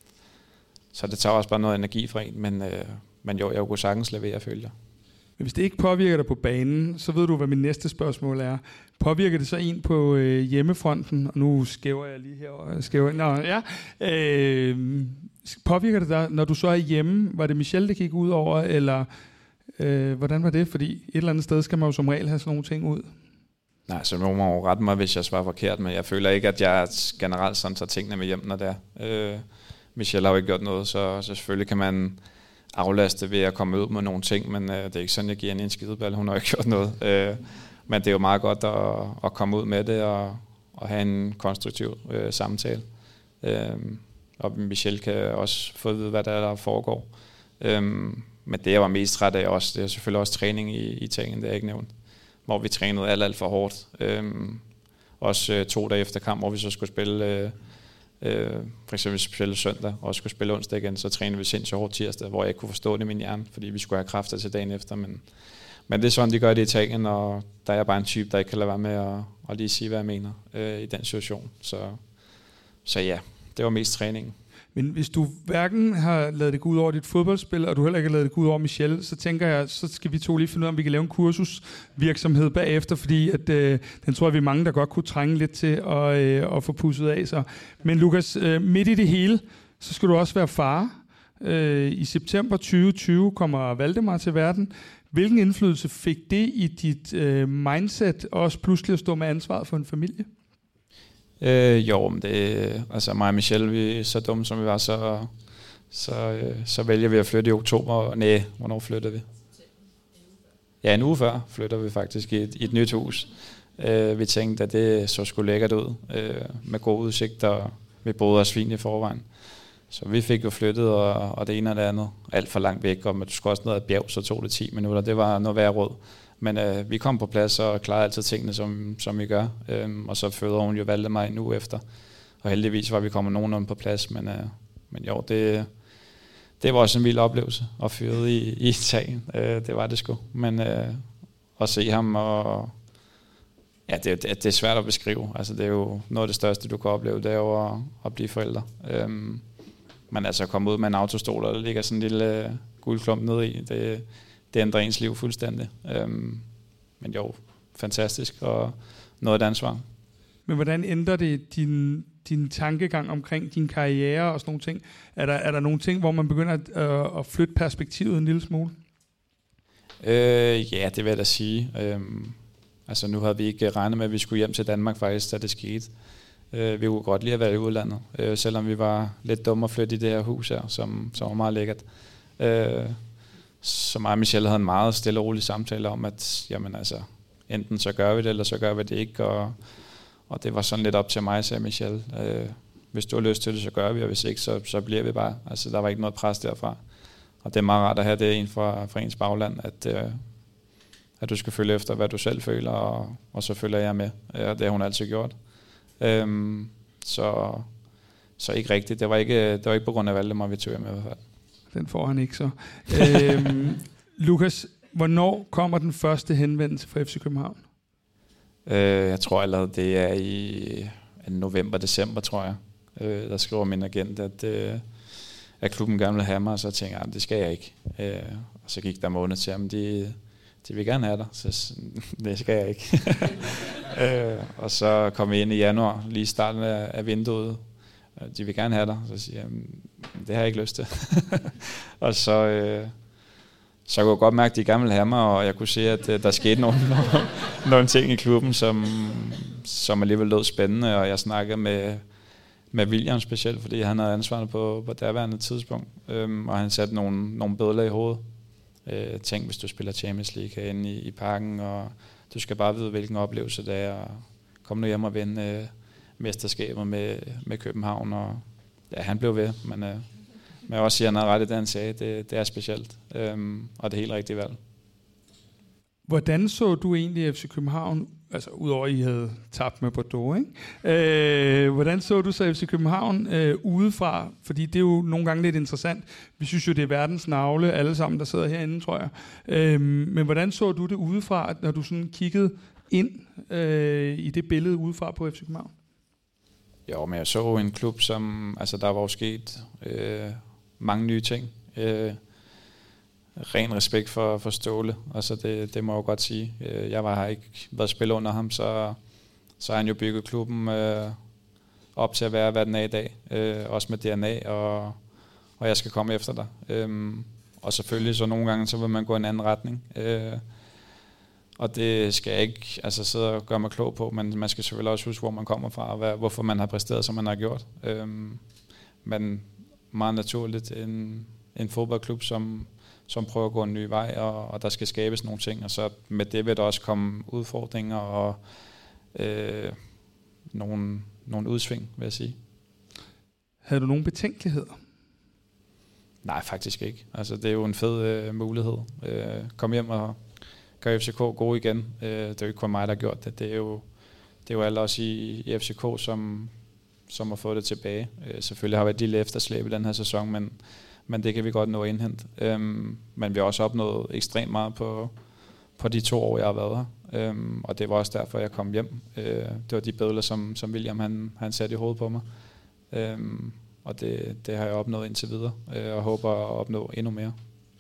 så det tager også bare noget energi fra en, men, øh, men jo, jeg kunne sagtens levere, følger. Men hvis det ikke påvirker dig på banen, så ved du, hvad min næste spørgsmål er. Påvirker det så en på øh, hjemmefronten? Og nu skæver jeg lige her. Skæver, nå, ja. Øh, påvirker det dig, når du så er hjemme? Var det Michel, det gik ud over, eller øh, hvordan var det? Fordi et eller andet sted skal man jo som regel have sådan nogle ting ud. Nej, så må man jo rette mig, hvis jeg svarer forkert, men jeg føler ikke, at jeg generelt sådan tager tingene med hjem, når det er. Øh, Michel har jo ikke gjort noget, så, så selvfølgelig kan man aflaste ved at komme ud med nogle ting, men øh, det er ikke sådan, jeg giver hende en skideball. Hun har ikke gjort noget. Øh, men det er jo meget godt at, at komme ud med det og, og have en konstruktiv øh, samtale. Øh, og Michel kan også få at vide, hvad der, er, der foregår. Øh, men det, jeg var mest træt af også, det er selvfølgelig også træning i, i Italien, det er ikke nævnt. Hvor vi trænede alt, alt for hårdt. Øh, også øh, to dage efter kamp, hvor vi så skulle spille... Øh, Øh, for eksempel spille søndag og skulle spille onsdag igen, så trænede vi sindssygt hårdt tirsdag, hvor jeg ikke kunne forstå det i min hjerne, fordi vi skulle have kræfter til dagen efter, men, men det er sådan, de gør det i Italien, og der er jeg bare en type, der ikke kan lade være med at, at lige sige, hvad jeg mener øh, i den situation. Så, så ja, det var mest træningen. Men hvis du hverken har lavet det gå ud over dit fodboldspil, og du heller ikke har lavet det gå ud over Michel, så tænker jeg, så skal vi to lige finde ud af, om vi kan lave en kursusvirksomhed bagefter, fordi at, øh, den tror jeg, vi er mange, der godt kunne trænge lidt til at, øh, at få pusset af sig. Men Lukas, øh, midt i det hele, så skal du også være far. Øh, I september tyve tyve kommer Valdemar til verden. Hvilken indflydelse fik det i dit øh, mindset, også pludselig at stå med ansvaret for en familie? Øh, jo, men det, altså mig og Michel, vi er så dumme som vi var, så, så, øh, så vælger vi at flytte i oktober. Næh, hvornår flytter vi? Ja, en uge før flytter vi faktisk i et, i et nyt hus. Øh, vi tænkte, at det så skulle lækkert ud, øh, med gode udsigter. Vi boede os fint i forvejen. Så vi fik jo flyttet, og, og det ene og det andet. Alt for langt væk, og du skulle også ned ad bjerg, så tog det ti minutter. Det var noget værd råd. Men øh, vi kom på plads og klarede altid tingene, som, som vi gør. Øhm, og så føder hun jo Valdemar en uge efter. Og heldigvis var vi kommet nogenlunde på plads. Men, øh, men jo, det, det var også en vild oplevelse at føde i, i Italien. Øh, det var det sgu. Men øh, at se ham, og ja, det, det, det er svært at beskrive. Altså, det er jo noget af det største, du kan opleve, det er jo at, at blive forældre. Øhm, men altså at komme ud med en autostol, og der ligger sådan en lille øh, guldklump ned i, det Det ændrer ens liv fuldstændig. Øhm, men jo, fantastisk, og noget af ansvar. Men hvordan ændrer det din, din tankegang omkring din karriere og sådan nogle ting? Er der, er der nogle ting, hvor man begynder at, øh, at flytte perspektivet en lille smule? Øh, ja, det vil jeg da sige. Øhm, altså nu havde vi ikke regnet med, at vi skulle hjem til Danmark faktisk, da det skete. Øh, vi kunne godt lide at være i udlandet, øh, selvom vi var lidt dumme at flytte i det her hus her, som, som var meget lækkert. Øh, Så mig og Michel havde en meget stille og rolig samtale om, at jamen, altså, enten så gør vi det, eller så gør vi det ikke. Og, og det var sådan lidt op til mig, sagde Michel. Øh, hvis du har lyst til det, så gør vi, og hvis ikke, så, så bliver vi bare. Altså, der var ikke noget pres derfra. Og det er meget rart at have det en fra, fra ens bagland, at, øh, at du skal følge efter, hvad du selv føler, og, og så følger jeg med. Og det har hun altid gjort. Øh, så, så ikke rigtigt. Det var ikke, det var ikke på grund af Valdemar, vi tog med i hvert fald. Den får han ikke så. øhm, Lukas, hvornår kommer den første henvendelse fra F C København? Øh, jeg tror allerede, det er i november-december, tror jeg. Øh, der skriver min agent, at, øh, at klubben gerne vil have mig, og så tænker jeg, det skal jeg ikke. Øh, og så gik der måned til, at de, de vil gerne have dig, så det skal jeg ikke. øh, og så kom vi ind i januar, lige i starten af, af vinduet. De vil gerne have dig, så siger jeg, det har jeg ikke lyst til. Og så, øh, så kunne jeg godt mærke, at de gerne ville have mig, og jeg kunne se, at øh, der skete nogle, nogle, nogle ting i klubben, som, som alligevel lød spændende, og jeg snakkede med, med William specielt, fordi han havde ansvaret på, på derværende tidspunkt, øhm, og han satte nogle, nogle bødler i hovedet. Øh, tænk, hvis du spiller Champions League herinde i, i parken, og du skal bare vide, hvilken oplevelse det er, og kom nu hjem og vinde øh, mesterskaber med, med København, og ja, han blev ved, men, øh, men jeg også siger, at han havde ret i det, han sagde, det, det er specielt, øhm, og det er helt rigtigt valg. Hvordan så du egentlig F C København altså udover at I havde tabt med Bordeaux, ikke? Øh, hvordan så du så F C København øh, udefra? Fordi det er jo nogle gange lidt interessant. Vi synes jo, det er verdens navle, alle sammen, der sidder herinde, tror jeg. Øh, men hvordan så du det udefra, når du sådan kiggede ind øh, i det billede udefra på F C København? Jo, men jeg så en klub, som, altså der var jo sket øh, mange nye ting. Øh, ren respekt for, for Ståle, altså det, det må jeg jo godt sige. Jeg var, har ikke været spiller under ham, så, så har han jo bygget klubben øh, op til at være, hvad den er i dag. Øh, også med D N A, og, og jeg skal komme efter dig. Øh, og selvfølgelig så nogle gange, så vil man gå i en anden retning. Øh, og det skal jeg ikke altså, sidde og gøre mig klog på, men man skal selvfølgelig også huske, hvor man kommer fra, og hvad, hvorfor man har præsteret, som man har gjort. Øh, men meget naturligt en, en fodboldklub, som som prøver at gå en ny vej, og, og der skal skabes nogle ting, og så med det vil der også komme udfordringer og øh, nogle, nogle udsving, vil jeg sige. Havde du nogle betænkeligheder? Nej, faktisk ikke. Altså, det er jo en fed øh, mulighed. Øh, kom hjem og gør F C K gode igen. Øh, det er jo ikke kun mig, der har gjort det. Det er jo, det er jo alle også i, i F C K, som, som har fået det tilbage. Øh, selvfølgelig har vi et lille efterslæb i den her sæson, men men det kan vi godt nå at indhente. Øhm, men vi har også opnået ekstremt meget på, på de to år, jeg har været her. Øhm, og det var også derfor, jeg kom hjem. Øh, det var de bødler, som, som William han, han satte i hovedet på mig. Øhm, og det, det har jeg opnået indtil videre, øh, og håber at opnå endnu mere.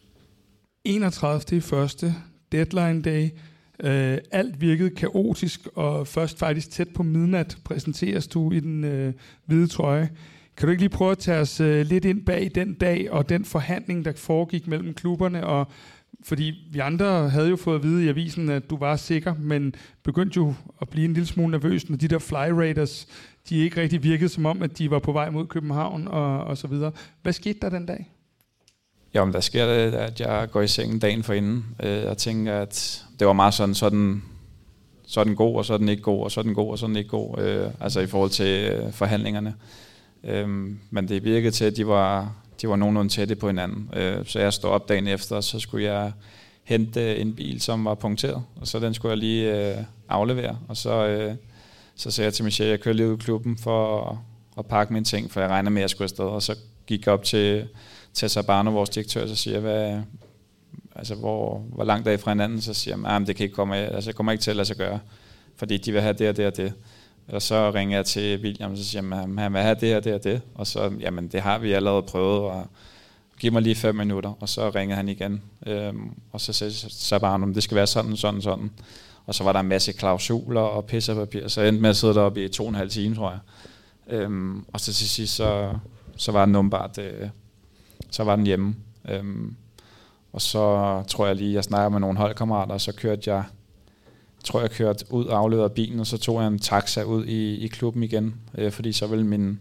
enogtredivte første deadline day. Øh, alt virkede kaotisk, og først faktisk tæt på midnat præsenteres du i den øh, hvide trøje. Kan du ikke lige prøve at tage os øh, lidt ind bag den dag og den forhandling, der foregik mellem klubberne? Og, fordi vi andre havde jo fået at vide i avisen, at du var sikker, men begyndte jo at blive en lille smule nervøs, når de der Fly Raiders, de ikke rigtig virkede som om, at de var på vej mod København og, og så videre. Hvad skete der den dag? Jo, men der sker det, at jeg går i sengen dagen forinden øh, og tænker, at det var meget sådan, sådan, så er den god, og så er den ikke god, og så er den god, og så er den ikke god, øh, altså i forhold til øh, forhandlingerne. Øhm, men det virkede til, at de var, de var nogenlunde tætte på hinanden. Øh, så jeg stod op dagen efter, og så skulle jeg hente en bil, som var punkteret. Og så den skulle jeg lige øh, aflevere. Og så, øh, så sagde jeg til Michel, at jeg kører lige ud i klubben for at, at pakke mine ting, for jeg regner med, at jeg skulle afsted. Og så gik jeg op til, til Sabano, vores direktør, og så siger jeg, hvad, altså, hvor, hvor langt er I fra hinanden? Så siger jeg, at det kan ikke komme af. Altså, jeg kommer ikke til at lade sig gøre, fordi de vil have det og det og det. Og så ringer jeg til William, og så siger jeg, han vil have det og det og det. Og så, jamen det har vi allerede prøvet, og giv mig lige fem minutter. Og så ringede han igen, øhm, og så sagde jeg bare, om det skal være sådan, sådan, sådan. Og så var der en masse klausuler og pissepapir, så jeg endte med at sidde deroppe i to og en halv time, tror jeg. Øhm, og så til sidst, så, så var den åbenbart, øh, så var den hjemme. Øhm, og så tror jeg lige, jeg snakker med nogle holdkammerater, og så kørte jeg, tror jeg kørte ud og afleverede bilen, og så tog jeg en taxa ud i, i klubben igen, øh, fordi så ville min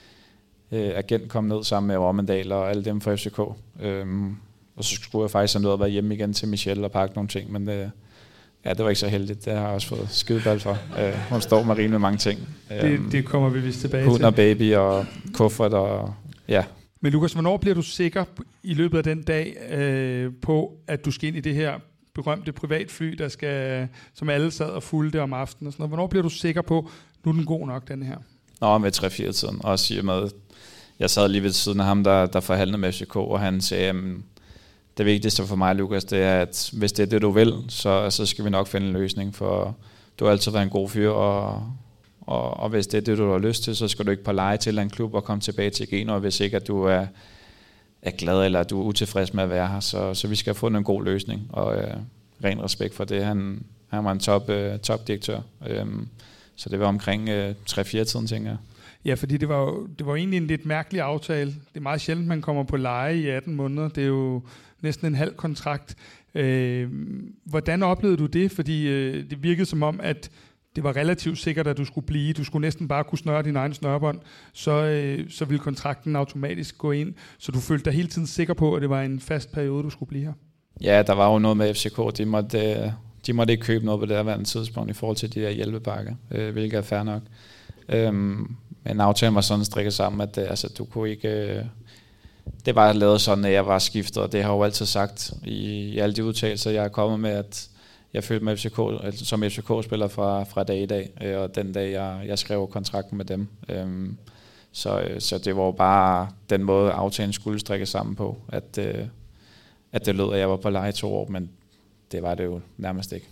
øh, agent komme ned sammen med Rommendal og alle dem fra F C K. Øhm, og så skulle jeg faktisk have nået at være hjemme igen til Michelle og pakke nogle ting, men det, ja, det var ikke så heldigt. Det har jeg også fået skideball for. Øh, hun står med rimelig mange ting. Det, øhm, det kommer vi vist tilbage hund til. Og baby og kuffert og ja. Men Lukas, hvornår bliver du sikker i løbet af den dag øh, på, at du skal ind i det her berømte privatfly, der skal, som alle sad og fulgte om aftenen og sådan noget? Hvornår bliver du sikker på, nu er den god nok, den her? Nå, med tre fire tiden. Og siger med, jeg sad lige ved siden af ham, der, der forhandlede med F C K, og han sagde, at det vigtigste for mig, Lukas, det er, at hvis det er det, du vil, så, så skal vi nok finde en løsning, for du har altid været en god fyr, og, og, og hvis det er det, du har lyst til, så skal du ikke på leje til en klub og komme tilbage til Genua, hvis ikke at du er, er glad, eller du er utilfreds med at være her. Så, så vi skal have fundet en god løsning, og øh, ren respekt for det. Han, han var en top, øh, topdirektør, øhm, så det var omkring øh, tre fire tiden, tænker jeg. Ja, fordi det var jo det var egentlig en lidt mærkelig aftale. Det er meget sjældent, man kommer på leje i atten måneder. Det er jo næsten en halv kontrakt. Øh, hvordan oplevede du det? Fordi øh, det virkede som om, at det var relativt sikkert, at du skulle blive. Du skulle næsten bare kunne snøre din egen snørebånd. Så, øh, så ville kontrakten automatisk gå ind. Så du følte dig hele tiden sikker på, at det var en fast periode, du skulle blive her? Ja, der var jo noget med F C K. De måtte, de måtte ikke købe noget på det her værende tidspunkt i forhold til de her hjælpepakker, øh, hvilket er fair nok. Øhm, men aftalen var sådan strikket sammen, at øh, altså, du kunne ikke... Øh, det var lavet sådan, at jeg var skiftet, og det har jeg jo altid sagt i, i alle de udtalelser, jeg er kommet med, at jeg følte med F C K, altså som F C K-spiller fra, fra dag i dag, øh, og den dag, jeg, jeg skrev kontrakten med dem. Øhm, så, så det var jo bare den måde, aftalen skulle strikke sammen på, at, øh, at det lød, at jeg var på leje i to år, men det var det jo nærmest ikke.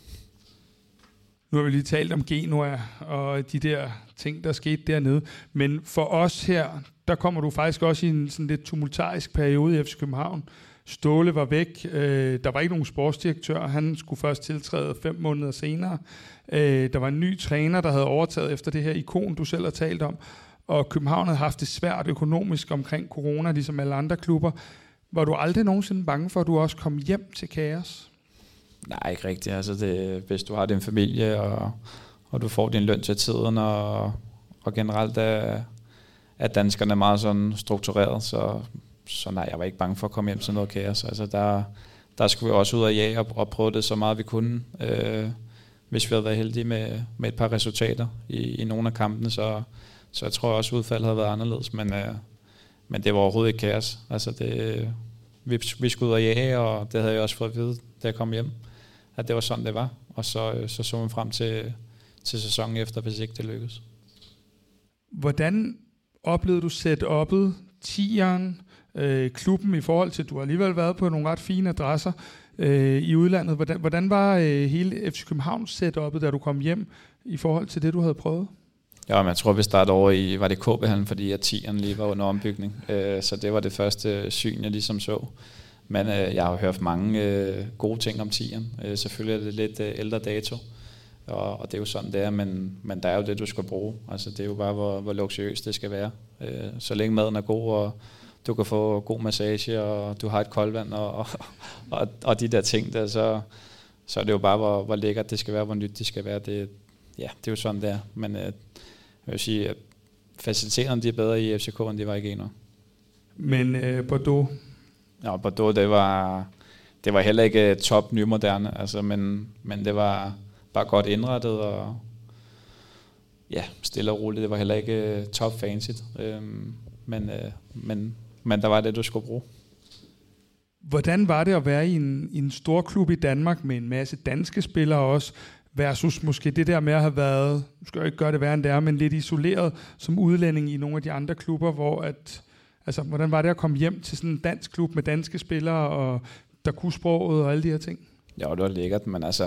Nu har vi lige talt om Genoa og de der ting, der skete dernede. Men for os her, der kommer du faktisk også i en sådan lidt tumultarisk periode i F C København. Ståle var væk. Øh, der var ikke nogen sportsdirektør. Han skulle først tiltræde fem måneder senere. Øh, der var en ny træner, der havde overtaget efter det her ikon, du selv har talt om. Og København havde haft det svært økonomisk omkring corona, ligesom alle andre klubber. Var du aldrig nogensinde bange for, at du også kom hjem til kaos? Nej, ikke rigtigt. Altså det, hvis du har din familie, og, og du får din løn til tiden, og, og generelt er, er danskerne meget sådan struktureret, så, så nej, jeg var ikke bange for at komme hjem til noget kaos. Altså der, der skulle vi også ud og jage og, og prøve det så meget vi kunne. Øh, hvis vi havde været heldige med, med et par resultater i, i nogle af kampene, så, så jeg tror også, at udfaldet havde været anderledes. Men, øh, men det var overhovedet ikke kaos. Altså det, vi, vi skulle ud og jage, og det havde jeg også fået at vide, da jeg kom hjem, at det var sådan, det var. Og så så, så man frem til, til sæsonen efter, hvis ikke det lykkedes. Hvordan oplevede du setup'et, tieren, øh, klubben i forhold til, at du har alligevel været på nogle ret fine adresser øh, i udlandet. Hvordan, hvordan var øh, hele F C Københavns setup'et, da du kom hjem, i forhold til det, du havde prøvet? Ja, men jeg tror, vi startede over i, var det K B-hallen, fordi at tieren lige var under ombygning. Øh, så det var det første syn, jeg ligesom så. Men øh, jeg har hørt mange øh, gode ting om tieren. Øh, selvfølgelig er det lidt øh, ældre dato, og, og det er jo sådan, det er, men, men der er jo det, du skal bruge. Altså, det er jo bare, hvor, hvor luksuriøst det skal være. Øh, så længe maden er god, og du kan få god massage, og du har et koldvand, og, og, og, og de der ting der, så, så er det jo bare, hvor, hvor lækkert det skal være, hvor nyt det skal være. Det, ja, det er jo sådan, det er. Men øh, jeg vil sige, at faciliteterne de er bedre i F C K, end de var i Genoa. Men øh, Bordeaux? Ja, Bordeaux, det var, det var heller ikke top nymoderne, altså, men, men det var bare godt indrettet, og ja, stille og roligt. Det var heller ikke top fancy, øhm, men, øh, men, men der var det, du skulle bruge. Hvordan var det at være i en, i en stor klub i Danmark med en masse danske spillere også, versus måske det der med at have været, nu skal jeg ikke gøre det værre end det er, men lidt isoleret som udlænding i nogle af de andre klubber, hvor at, altså, hvordan var det at komme hjem til sådan en dansk klub med danske spillere, og der kunne sproget og alle de her ting? Ja, det var lækkert, men altså,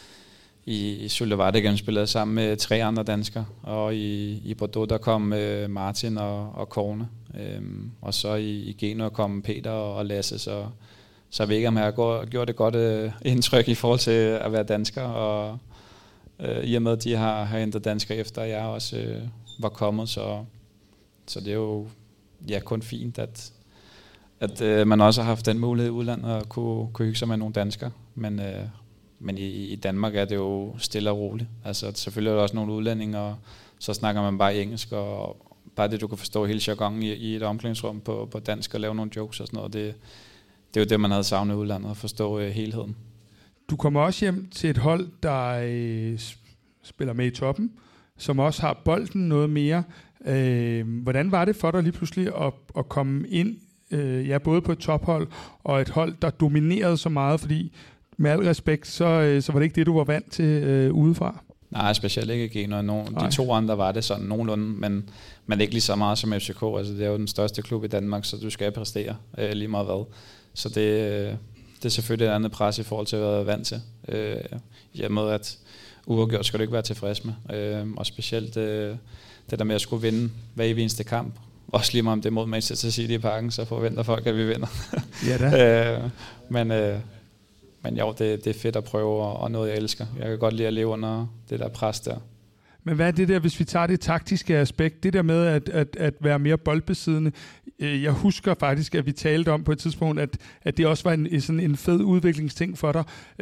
i, i Sølvevardegem spillede sammen med tre andre danskere, og i, i Bordeaux, der kom øh, Martin og, og Korne, øhm, og så i, i Genoa kom Peter og Lasse, så, så jeg ved ikke, om jeg har gjort et godt øh, indtryk i forhold til at være dansker, og øh, i og med, at de har, har hentet danskere efter, at jeg også øh, var kommet, så, så det er jo ja, kun fint, at, at øh, man også har haft den mulighed i udlandet at kunne, kunne hygge sig med nogle danskere, men, øh, men i, i Danmark er det jo stille og roligt. Altså selvfølgelig er der også nogle udlændinge, og så snakker man bare engelsk, og bare det, du kan forstå hele jargonen i, i et omklædningsrum på, på dansk og lave nogle jokes og sådan noget, det, det er jo det, man havde savnet i udlandet, at forstå øh, helheden. Du kommer også hjem til et hold, der øh, spiller med i toppen, som også har bolden noget mere. Øh, hvordan var det for dig lige pludselig at, at komme ind, øh, ja, både på et tophold og et hold, der dominerede så meget, fordi med al respekt, så, øh, så var det ikke det, du var vant til øh, udefra? Nej, specielt ikke Genoa. No, de to andre var det sådan nogenlunde, men, men ikke lige så meget som F C K. Altså, det er jo den største klub i Danmark, så du skal præstere øh, lige meget hvad. Så det, øh, det er selvfølgelig et andet pres i forhold til, hvad jeg er vant til. Øh, I med, at uafgjort skal du ikke være tilfreds med. Øh, og specielt øh, det der med at skulle vinde hver eneste kamp. Også lige meget om det er mod Manchester City i parken, så forventer folk, at vi vinder. Ja da. øh, men, øh, men jo, det, det er fedt at prøve, og, og noget jeg elsker. Jeg kan godt lide at leve under det der pres der. Men hvad er det der, hvis vi tager det taktiske aspekt, det der med at, at, at være mere boldbesiddende? Jeg husker faktisk, at vi talte om på et tidspunkt, at, at det også var en, sådan en fed udviklingsting for dig.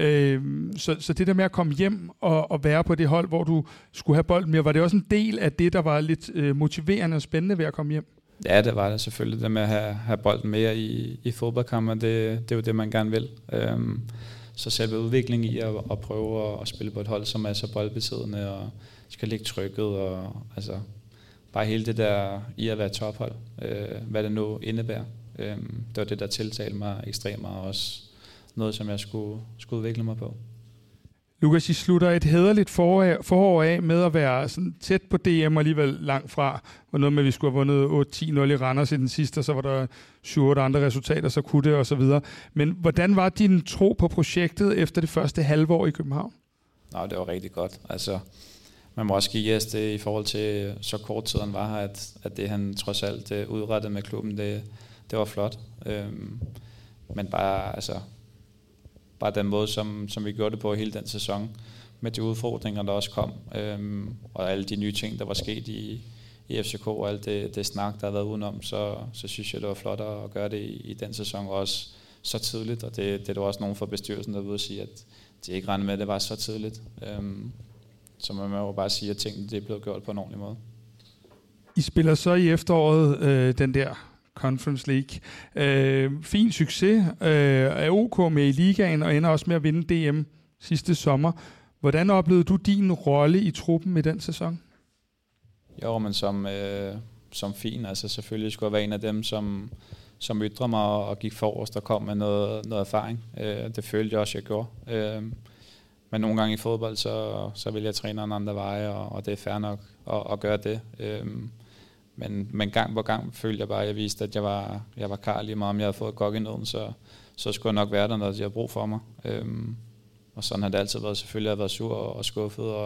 Så, så det der med at komme hjem og, og være på det hold, hvor du skulle have bolden mere, var det også en del af det, der var lidt motiverende og spændende ved at komme hjem? Ja, det var det selvfølgelig. Det med at have, have bolden mere i, i fodboldkammer, det, det er jo det, man gerne vil. Så selve udviklingen i at, at prøve at spille på et hold, som er så boldbesiddende og skal ligge trykket, og altså bare hele det der i at være tophold, øh, hvad det nu indebærer. Øh, det var det, der tiltalte mig ekstremt meget, og også noget, som jeg skulle, skulle udvikle mig på. Lukas, I slutter et hæderligt forår, forår af med at være sådan tæt på D M og alligevel langt fra. Og noget med, at vi skulle have vundet otte ti nul i Randers i den sidste, og så var der syv otte andre resultater, så kunne det og så videre. Men hvordan var din tro på projektet efter det første halve år i København? Nå, det var rigtig godt. Altså, man må også give Jes det i forhold til så kort tid han var her, at, at det han trods alt det udrettede med klubben, det, det var flot. Øhm, men bare, altså, bare den måde, som, som vi gjorde det på hele den sæson, med de udfordringer, der også kom, øhm, og alle de nye ting, der var sket i, i F C K, og alt det, det snak, der har været udenom, så, så synes jeg, det var flot at gøre det i, i den sæson, også så tidligt, og det, det er der også nogen fra bestyrelsen, der vil sige, at de ikke regnede med, at det var så tidligt. Øhm, så man må jo bare sige, at tingene det er blevet gjort på en ordentlig måde. I spiller så i efteråret øh, den der Conference League. Øh, fin succes. Øh, er OK med i ligaen og ender også med at vinde D M sidste sommer. Hvordan oplevede du din rolle i truppen i den sæson? Jo, men som, øh, som fin. Altså selvfølgelig skulle jeg være en af dem, som, som ytrede mig og gik forrest og kom med noget, noget erfaring. Øh, det følte jeg også, jeg gjorde. Øh, men nogle gange i fodbold, så, så vil jeg træne en andre veje, og, og det er fair nok at, at gøre det. Øh, men, men gang på gang følte jeg bare, at jeg viste, at jeg var, jeg var klar lige meget, om jeg havde fået gok i nøden, så, så skulle jeg nok være der, når de havde brug for mig. Øh, og sådan har det altid været. Selvfølgelig har jeg været sur og, og skuffet, og,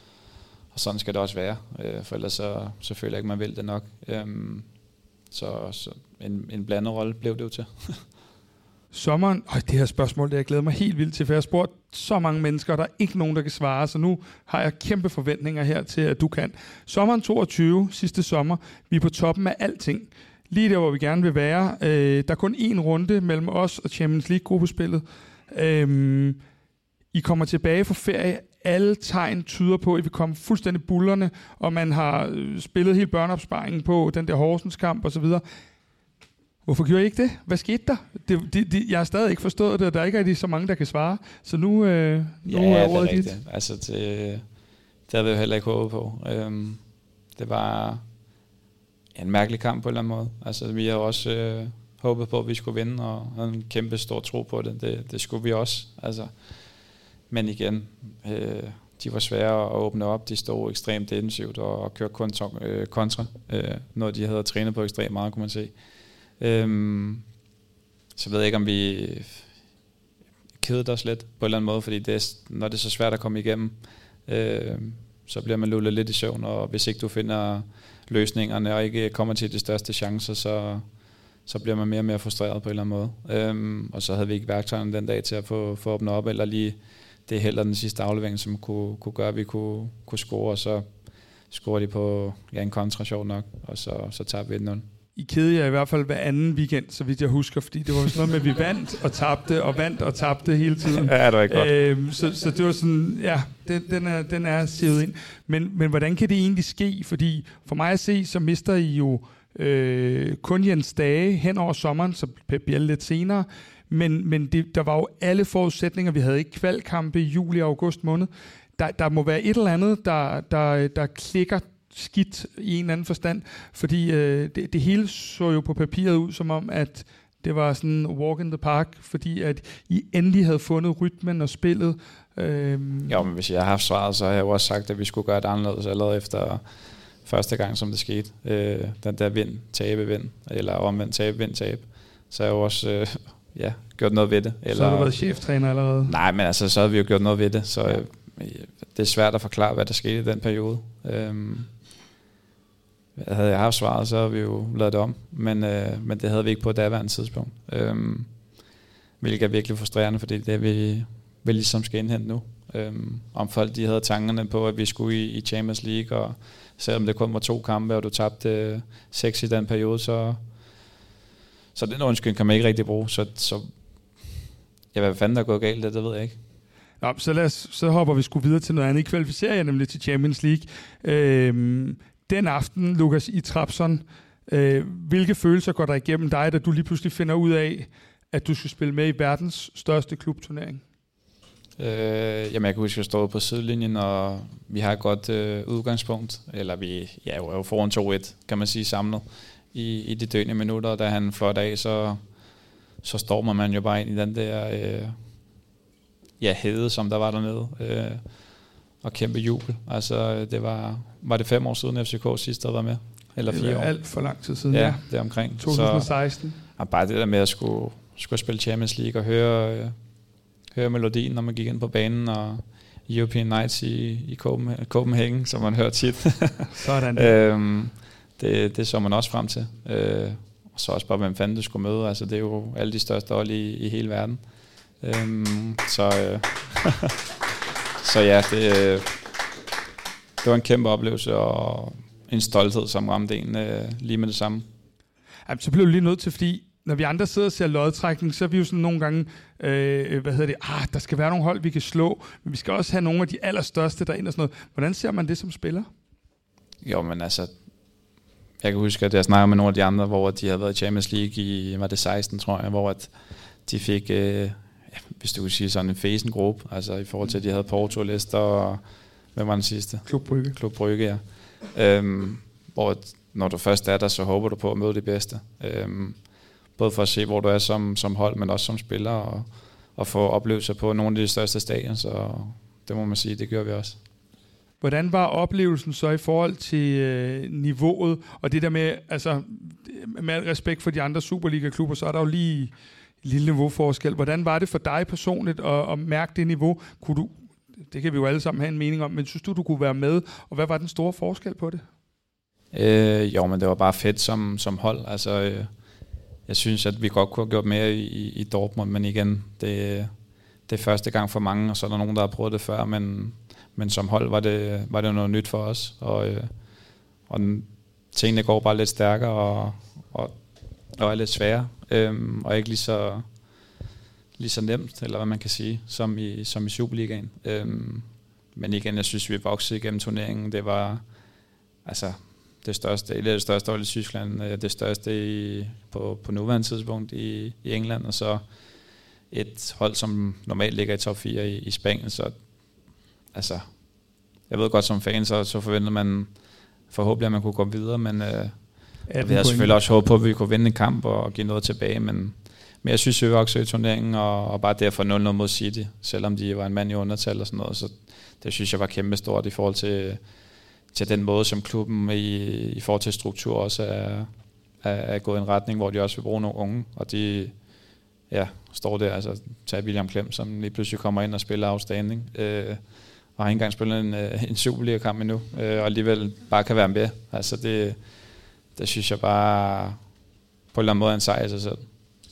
og sådan skal det også være. Øh, for ellers så, så føler jeg ikke, man vil det nok. Øh, så, så en, en blandet rolle blev det jo til. Sommeren, øh, det her spørgsmål, det jeg glæder mig helt vildt til, for jeg har spurgt så mange mennesker, og der er ikke nogen, der kan svare, så nu har jeg kæmpe forventninger her til, at du kan. Sommeren toogtyve, sidste sommer, vi er på toppen af alting. Lige der, hvor vi gerne vil være. Øh, der er kun én runde mellem os og Champions League-gruppespillet. Øh, I kommer tilbage fra ferie. Alle tegn tyder på, at vi kommer fuldstændig bullerne, og man har spillet hele børneopsparingen på den der Horsens kamp osv. Hvorfor gjorde I ikke det? Hvad skete der? Det, det, det, jeg har stadig ikke forstået det, og der er ikke rigtig så mange, der kan svare. Så nu, øh, nu ja, er ordet dit. Det. Altså, det, det havde vi jo heller ikke håbet på. Øhm, det var en mærkelig kamp på en eller anden måde. Altså, vi har også øh, håbet på, at vi skulle vinde, og havde en kæmpe stor tro på det. Det, det skulle vi også. Altså, men igen, øh, de var svære at åbne op. De stod ekstremt defensivt og, og kørte kontra, øh, kontra øh, noget de havde trænet på ekstremt meget, kunne man se. Øhm, så ved jeg ikke, om vi kedede os lidt på en eller anden måde, fordi det er, når det er så svært at komme igennem, øh, så bliver man lullet lidt i søvn, og hvis ikke du finder løsningerne og ikke kommer til de største chancer, så, så bliver man mere og mere frustreret på en eller anden måde. Øhm, og så havde vi ikke værktøjerne den dag til at få, få åbnet op, eller lige det heller den sidste aflevering, som kunne, kunne gøre, at vi kunne, kunne score, og så scorer de på ja, en kontra, sjov nok, og så, så tager vi et nul. I kede jer i hvert fald hver anden weekend, så vidt jeg husker, fordi det var sådan noget med, at vi vandt og tabte, og vandt og tabte hele tiden. Ja, det var ikke godt. Øhm, så, så det var sådan, ja, den, den er, den er sivet ind. Men, men hvordan kan det egentlig ske? Fordi for mig at se, så mister I jo øh, kun Jens Dage hen over sommeren, så bliver lidt senere. Men, men det, der var jo alle forudsætninger. Vi havde ikke kvalkampe i juli og august måned. Der, der må være et eller andet, der, der, der klikker skidt i en eller anden forstand, fordi øh, det, det hele så jo på papiret ud som om, at det var sådan en walk in the park, fordi at I endelig havde fundet rytmen og spillet. Øhm. Jo, men hvis jeg har haft svaret, så har jeg jo også sagt, at vi skulle gøre det anderledes allerede efter første gang, som det skete. Øh, den der vind, tabe, vind, eller omvendt tabe, vind, tabe. Så har jeg jo også øh, ja, gjort noget ved det. Eller, så har du været cheftræner allerede? Nej, men altså, så har vi jo gjort noget ved det, så øh, det er svært at forklare, hvad der skete i den periode. Øhm, Havde jeg haft svaret, så havde vi jo lavet det om, men, øh, men det havde vi ikke på et daværende tidspunkt. Øhm, hvilket er virkelig frustrerende, fordi det er vi, vi ligesom skal indhente nu. Øhm, om folk de havde tankerne på, at vi skulle i, i Champions League, og selvom det kun var to kampe, og du tabte øh, seks i den periode, så, så den undskyld kan man ikke rigtig bruge. Så, så ja, hvad fanden der er gået galt, det, det ved jeg ikke. Nå, så, lad os, så hopper vi sgu videre til noget andet. I kvalificerer jer nemlig til Champions League. Øhm, Den aften, Lukas, i Trabzon, øh, hvilke følelser går der igennem dig, da du lige pludselig finder ud af, at du skal spille med i verdens største klubturnering? Øh, jamen, jeg kan huske, at jeg stod på sidelinjen, og vi har et godt øh, udgangspunkt. Eller vi ja, er jo foran to et, kan man sige, samlet i, i de døende minutter. Da han fløjt af, så, så stormer man jo bare ind i den der... Øh, ja, hede, som der var dernede, øh, og kæmpe jubel. Altså, det var, var det fem år siden F C K sidst havde været med? Eller fire år? Alt for lang tid siden, ja. Ja, det er omkring. to tusind og seksten. Så, bare det der med at skulle, skulle spille Champions League og høre, øh, høre melodien, når man gik ind på banen, og European Nights i, i Copenhagen, som man hører tit. Sådan. øhm, det, det så man også frem til. Øh, og så også bare, hvem fanden du skulle møde. Altså, det er jo alle de største hold i, i hele verden. Øhm, så, øh, så ja, det, øh, det var en kæmpe oplevelse, og en stolthed, som ramte en øh, lige med det samme. Jamen, så blev du lige nødt til, fordi når vi andre sidder og ser lodtrækning, så er vi jo sådan nogle gange, øh, hvad hedder det, ah, der skal være nogle hold, vi kan slå, men vi skal også have nogle af de allerstørste derind og sådan noget. Hvordan ser man det som spiller? Jo, men altså, jeg kan huske, at jeg snakker med nogle af de andre, hvor de havde været i Champions League i, var det seksten, tror jeg, hvor at de fik, øh, ja, hvis du kunne sige sådan en fæsen-gruppe, altså i forhold til, at de havde Porto, Leicester og, hvem var den sidste? Klub Brygge. Klub Brygge, ja. Øhm, hvor når du først er der, så håber du på at møde det bedste. Øhm, både for at se, hvor du er som, som hold, men også som spiller, og, og få oplevelser på nogle af de største stadion, så det må man sige, det gør vi også. Hvordan var oplevelsen så i forhold til øh, niveauet, og det der med, altså med al respekt for de andre Superliga-klubber, så er der jo lige en lille niveauforskel. Hvordan var det for dig personligt at, at mærke det niveau? Kunne du, det kan vi jo alle sammen have en mening om, men synes du, du kunne være med, og hvad var den store forskel på det? Øh, jo, men det var bare fedt som, som hold. Altså, øh, jeg synes, at vi godt kunne have gjort mere i, i Dortmund, men igen, det, det er første gang for mange, og så er der nogen, der har prøvet det før, men, men som hold var det, var det noget nyt for os, og, øh, og den, tingene går bare lidt stærkere, og, og, og er lidt sværere, øh, og ikke lige så, lige så nemt, eller hvad man kan sige, som i, som i Superligaen. Øh, men igen, jeg synes, vi voksede igennem turneringen. Det var, altså, det største, det største hold i Tyskland, det største i, på, på nuværende tidspunkt i, i England, og så et hold, som normalt ligger i top fire i, i Spanien. Så altså, jeg ved godt som fan, så, så forventer man forhåbentlig, at man kunne gå videre, men øh, vi havde selvfølgelig også håbet på, at vi kunne vinde en kamp og, og give noget tilbage, men, men jeg synes, vi var også i turneringen, og, og bare derfor nul nul mod City, selvom de var en mand i undertal og sådan noget, så det synes jeg var kæmpe stort i forhold til til den måde, som klubben i, i forhold til struktur også er, er, er gået i en retning, hvor de også vil bruge nogle unge, og de ja, står der, altså tager William Klem, som lige pludselig kommer ind og spiller outstanding, øh, og har ikke engang spillet en, en Superliga-kamp endnu, øh, og alligevel bare kan være med. Altså det, det synes jeg bare på en eller anden måde er en sejr i sig selv.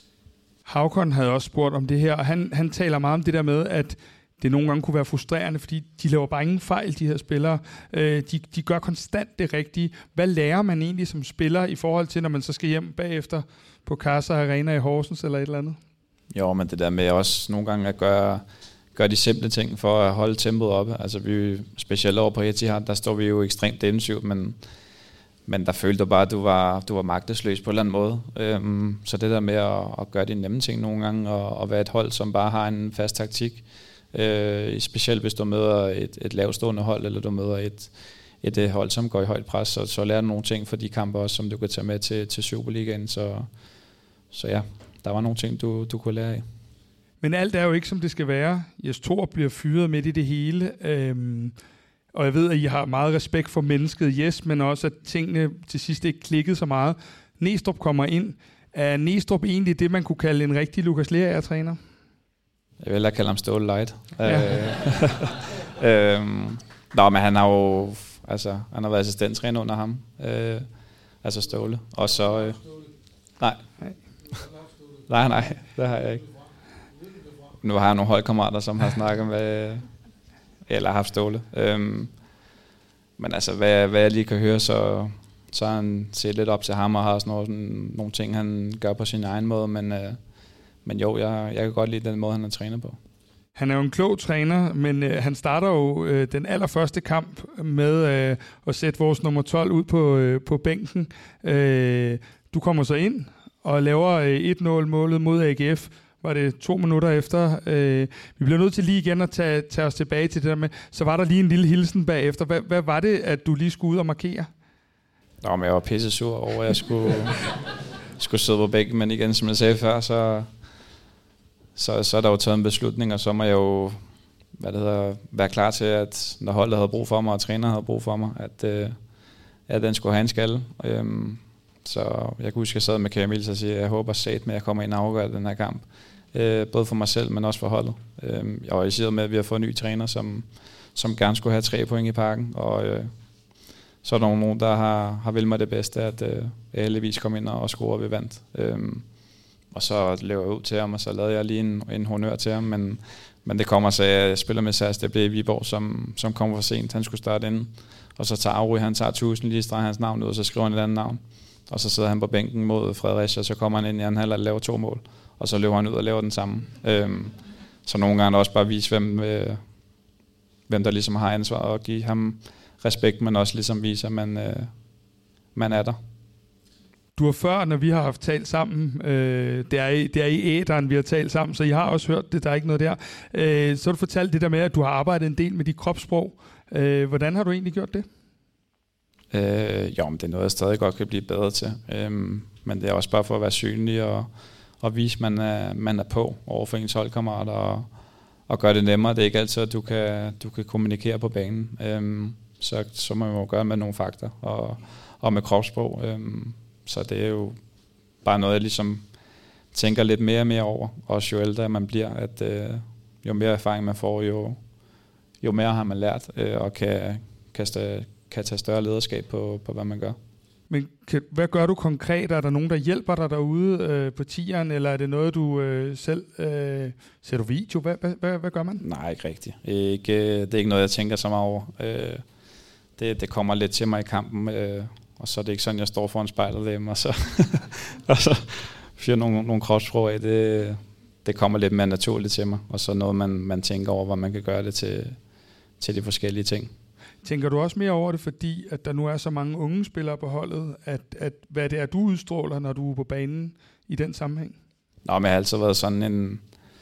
Håkon havde også spurgt om det her, og han, han taler meget om det der med, at det nogle gange kunne være frustrerende, fordi de laver bare ingen fejl, de her spillere. Øh, de, de gør konstant det rigtige. Hvad lærer man egentlig som spiller i forhold til, når man så skal hjem bagefter på Casa Arena i Horsens eller et eller andet? Jo, men det der med også nogle gange at gøre, gøre de simple ting for at holde tempoet oppe. Altså vi, specielt over på Etihad, der står vi jo ekstremt defensivt, men, men der følte du bare, at du var, du var magtesløs på en eller anden måde. Øhm, så det der med at, at gøre de nemme ting nogle gange, og, og være et hold, som bare har en fast taktik, Øh, specielt hvis du møder et, et lavstående hold, eller du møder et, et, et hold, som går i højt pres, så, så lærer du nogle ting for de kampe også, som du kan tage med til, til Superligaen. Så, så ja, der var nogle ting, du, du kunne lære af. Men alt er jo ikke, som det skal være. Jes Thor bliver fyret midt i det hele, øhm, og jeg ved, at I har meget respekt for mennesket, yes, men også, at tingene til sidst ikke klikkede så meget. Næstrup kommer ind. Er Næstrup egentlig det, man kunne kalde en rigtig Lukas Lerager-træner? Jeg vil hellere kalde ham Ståle Light. Ja. øhm, nå, men han har jo altså, han har været assistenttræner under ham. Øh, altså Ståle. Og så... Øh, nej. nej, nej, det har jeg ikke. Nu har jeg nogle holdkammerater, som har snakket med... Eller haft Ståle. Øhm, men altså, hvad, hvad jeg lige kan høre, så, så har han set lidt op til ham, og har sådan nogle, sådan, nogle ting, han gør på sin egen måde, men... Øh, Men jo, jeg, jeg kan godt lide den måde, han er træner på. Han er jo en klog træner, men øh, han starter jo øh, den allerførste kamp med øh, at sætte vores nummer tolv ud på, øh, på bænken. Øh, du kommer så ind og laver øh, et nul-målet mod A G F. Var det to minutter efter. Øh, vi bliver nødt til lige igen at tage, tage os tilbage til det der med. Så var der lige en lille hilsen bagefter. Hvad, hvad var det, at du lige skulle ud og markere? Nå, men jeg var pisse sur over, at jeg skulle, skulle sidde på bænken. Men igen, som jeg sagde før, så... så, så er der jo taget en beslutning, og så må jeg jo hvad det hedder, være klar til, at når holdet havde brug for mig, og træneren havde brug for mig, at, øh, at den skulle have en skalle. Øhm, så jeg kunne huske, at jeg sad med Kjær Emil og sige, at jeg håber sat med, at jeg kommer ind og afgør den her kamp. Øh, både for mig selv, men også for holdet. Øh, jeg var især med, at vi har fået en ny træner, som, som gerne skulle have tre point i parken, og øh, så er der nogen, der har, har vel mig det bedste, at øh, jeg heldigvis kom ind og scorede, og vi vandt. Øh, og så lever jeg ud til ham, og så lavede jeg lige en, en honør til ham, men, men det kommer så, at jeg spiller med Sars, det blev Viborg, som, som kom for sent, han skulle starte inden, og så tager Auri, han tager tusind, lige streger hans navn ud, og så skriver han et andet navn, og så sidder han på bænken mod Fredericia, og så kommer han ind i anden halvleg og laver to mål, og så løber han ud og laver den samme. Øhm, så nogle gange også bare vise, hvem, øh, hvem der ligesom har ansvar, og give ham respekt, men også ligesom vise, at man, øh, man er der. Du har før, når vi har haft talt sammen, øh, det, er i, det er i æteren, vi har talt sammen, så I har også hørt det, der er ikke noget der. Øh, så har du fortalt det der med, at du har arbejdet en del med dit kropssprog. Øh, hvordan har du egentlig gjort det? Øh, jo, men det er noget, jeg stadig godt kan blive bedre til. Øh, men det er også bare for at være synlig og, og vise, at man er, man er på over for ens holdkammerater og, og gøre det nemmere. Det er ikke altid, at du kan, du kan kommunikere på banen. Øh, så, så må man jo gøre med nogle fakta og, og med kropssprog. Øh, Så det er jo bare noget, jeg ligesom tænker lidt mere og mere over. Også jo ældre man bliver, at øh, jo mere erfaring man får, jo, jo mere har man lært, øh, og kan, kan, stå, kan tage større lederskab på, på hvad man gør. Men kan, hvad gør du konkret? Er der nogen, der hjælper dig derude øh, på tieren, eller er det noget, du øh, selv øh, ser du video? Hvad, hvad, hvad, hvad gør man? Nej, ikke rigtigt. Ikke, det er ikke noget, jeg tænker så meget over. Øh, det, det kommer lidt til mig i kampen, øh, og så er det ikke sådan, jeg står foran spejlet derhjemme, og så, og så fyrer nogle, nogle kropssprog af. Det, det kommer lidt mere naturligt til mig, og så noget, man, man tænker over, hvor man kan gøre det til, til de forskellige ting. Tænker du også mere over det, fordi at der nu er så mange unge spillere på holdet, at, at hvad det er, du udstråler, når du er på banen i den sammenhæng? Nå, men jeg har altid været sådan en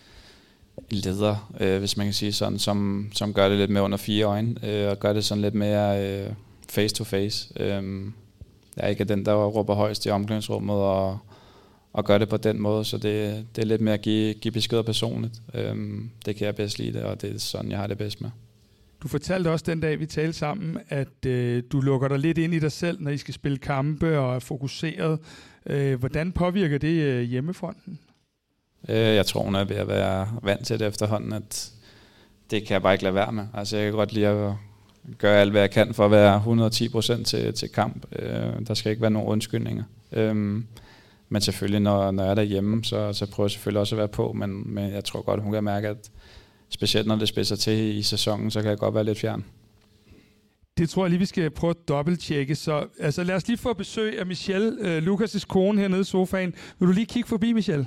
leder, øh, hvis man kan sige sådan, som, som gør det lidt mere under fire øjne, øh, og gør det sådan lidt mere øh, face to face. Øh, jeg er ikke den, der råber højst i omklædningsrummet og, og gør det på den måde, så det, det er lidt mere at give, give beskeder personligt. Øh, det kan jeg bedst lide det, og det er sådan, jeg har det bedst med. Du fortalte også den dag, vi talte sammen, at øh, du lukker dig lidt ind i dig selv, når I skal spille kampe og er fokuseret. Øh, hvordan påvirker det øh, hjemmefronten? Øh, jeg tror, hun er ved at være vant til det efterhånden, at det kan jeg bare ikke lade være med. Altså, jeg kan godt lide at gøre alt, hvad jeg kan for at være hundrede og ti procent til, til kamp. Øh, der skal ikke være nogen undskyldninger. Øh, men selvfølgelig, når, når jeg er derhjemme, så, så prøver jeg selvfølgelig også at være på, men, men jeg tror godt, hun kan mærke, at specielt når det spidser til i sæsonen, så kan jeg godt være lidt fjern. Det tror jeg lige, vi skal prøve at dobbelttjekke. Så altså, lad os lige få besøg af Michelle, øh, Lukas' kone hernede i sofaen. Vil du lige kigge forbi, Michelle?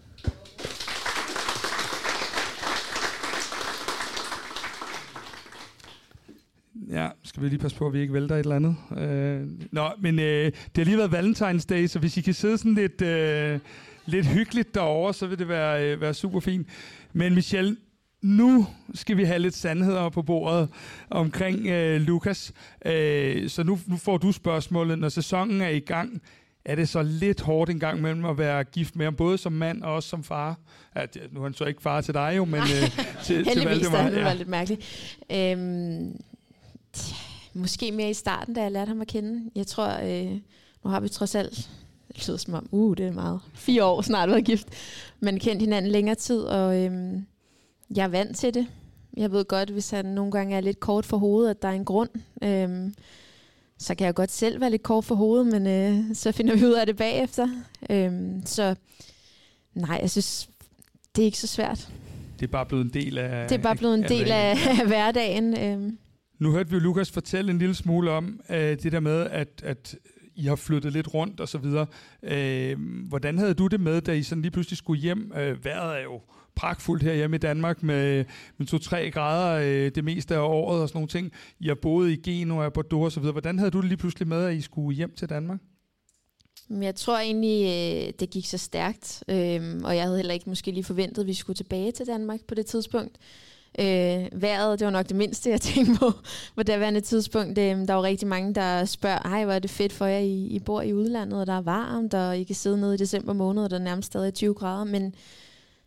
Ja, skal vi lige passe på, at vi ikke vælter et eller andet. Øh, nå, men øh, det har lige været Valentine's Day, så hvis I kan sidde sådan lidt, øh, lidt hyggeligt derovre, så vil det være, øh, være super fint. Men Michelle, nu skal vi have lidt sandheder på bordet omkring øh, Lukas. Øh, så nu, nu får du spørgsmålet. Når sæsonen er i gang, er det så lidt hårdt en gang mellem at være gift med ham, både som mand og også som far? At, nu er han så ikke far til dig jo, men øh, til, til Valdemar. Heldigvis, det var lidt mærkeligt. Øhm, måske mere i starten, da jeg lærte ham at kende. Jeg tror, øh, nu har vi trods alt, det lyder som om, uh, det er meget, fire år snart været gift, men kendt hinanden længere tid, og øh, jeg er vant til det. Jeg ved godt, hvis han nogle gange er lidt kort for hovedet, at der er en grund. Øhm, så kan jeg godt selv være lidt kort for hovedet, men øh, så finder vi ud af det bagefter. Øhm, så nej, jeg synes, det er ikke så svært. Det er bare blevet en del af... Det er bare blevet en af, del af, af, af hverdagen. Øhm. Nu hørte vi jo Lukas fortælle en lille smule om øh, det der med, at, at I har flyttet lidt rundt og så videre. Øh, hvordan havde du det med, da I sådan lige pludselig skulle hjem? Øh, vejret er jo pragtfuldt herhjemme i Danmark med, med to-tre grader øh, det meste af året og sådan nogle ting. I har boet i Genua, Bordeaux og så videre. Hvordan havde du det lige pludselig med, at I skulle hjem til Danmark? Jeg tror egentlig, det gik så stærkt, øh, og jeg havde heller ikke måske lige forventet, at vi skulle tilbage til Danmark på det tidspunkt. Øh, vejret, det var nok det mindste, jeg tænkte på på det daværende tidspunkt. Øh, der var rigtig mange, der spørger, ej, hvor er det fedt for jer, I, I bor i udlandet, og der er varmt, og I kan sidde nede i december måned, og der er nærmest stadig tyve grader, men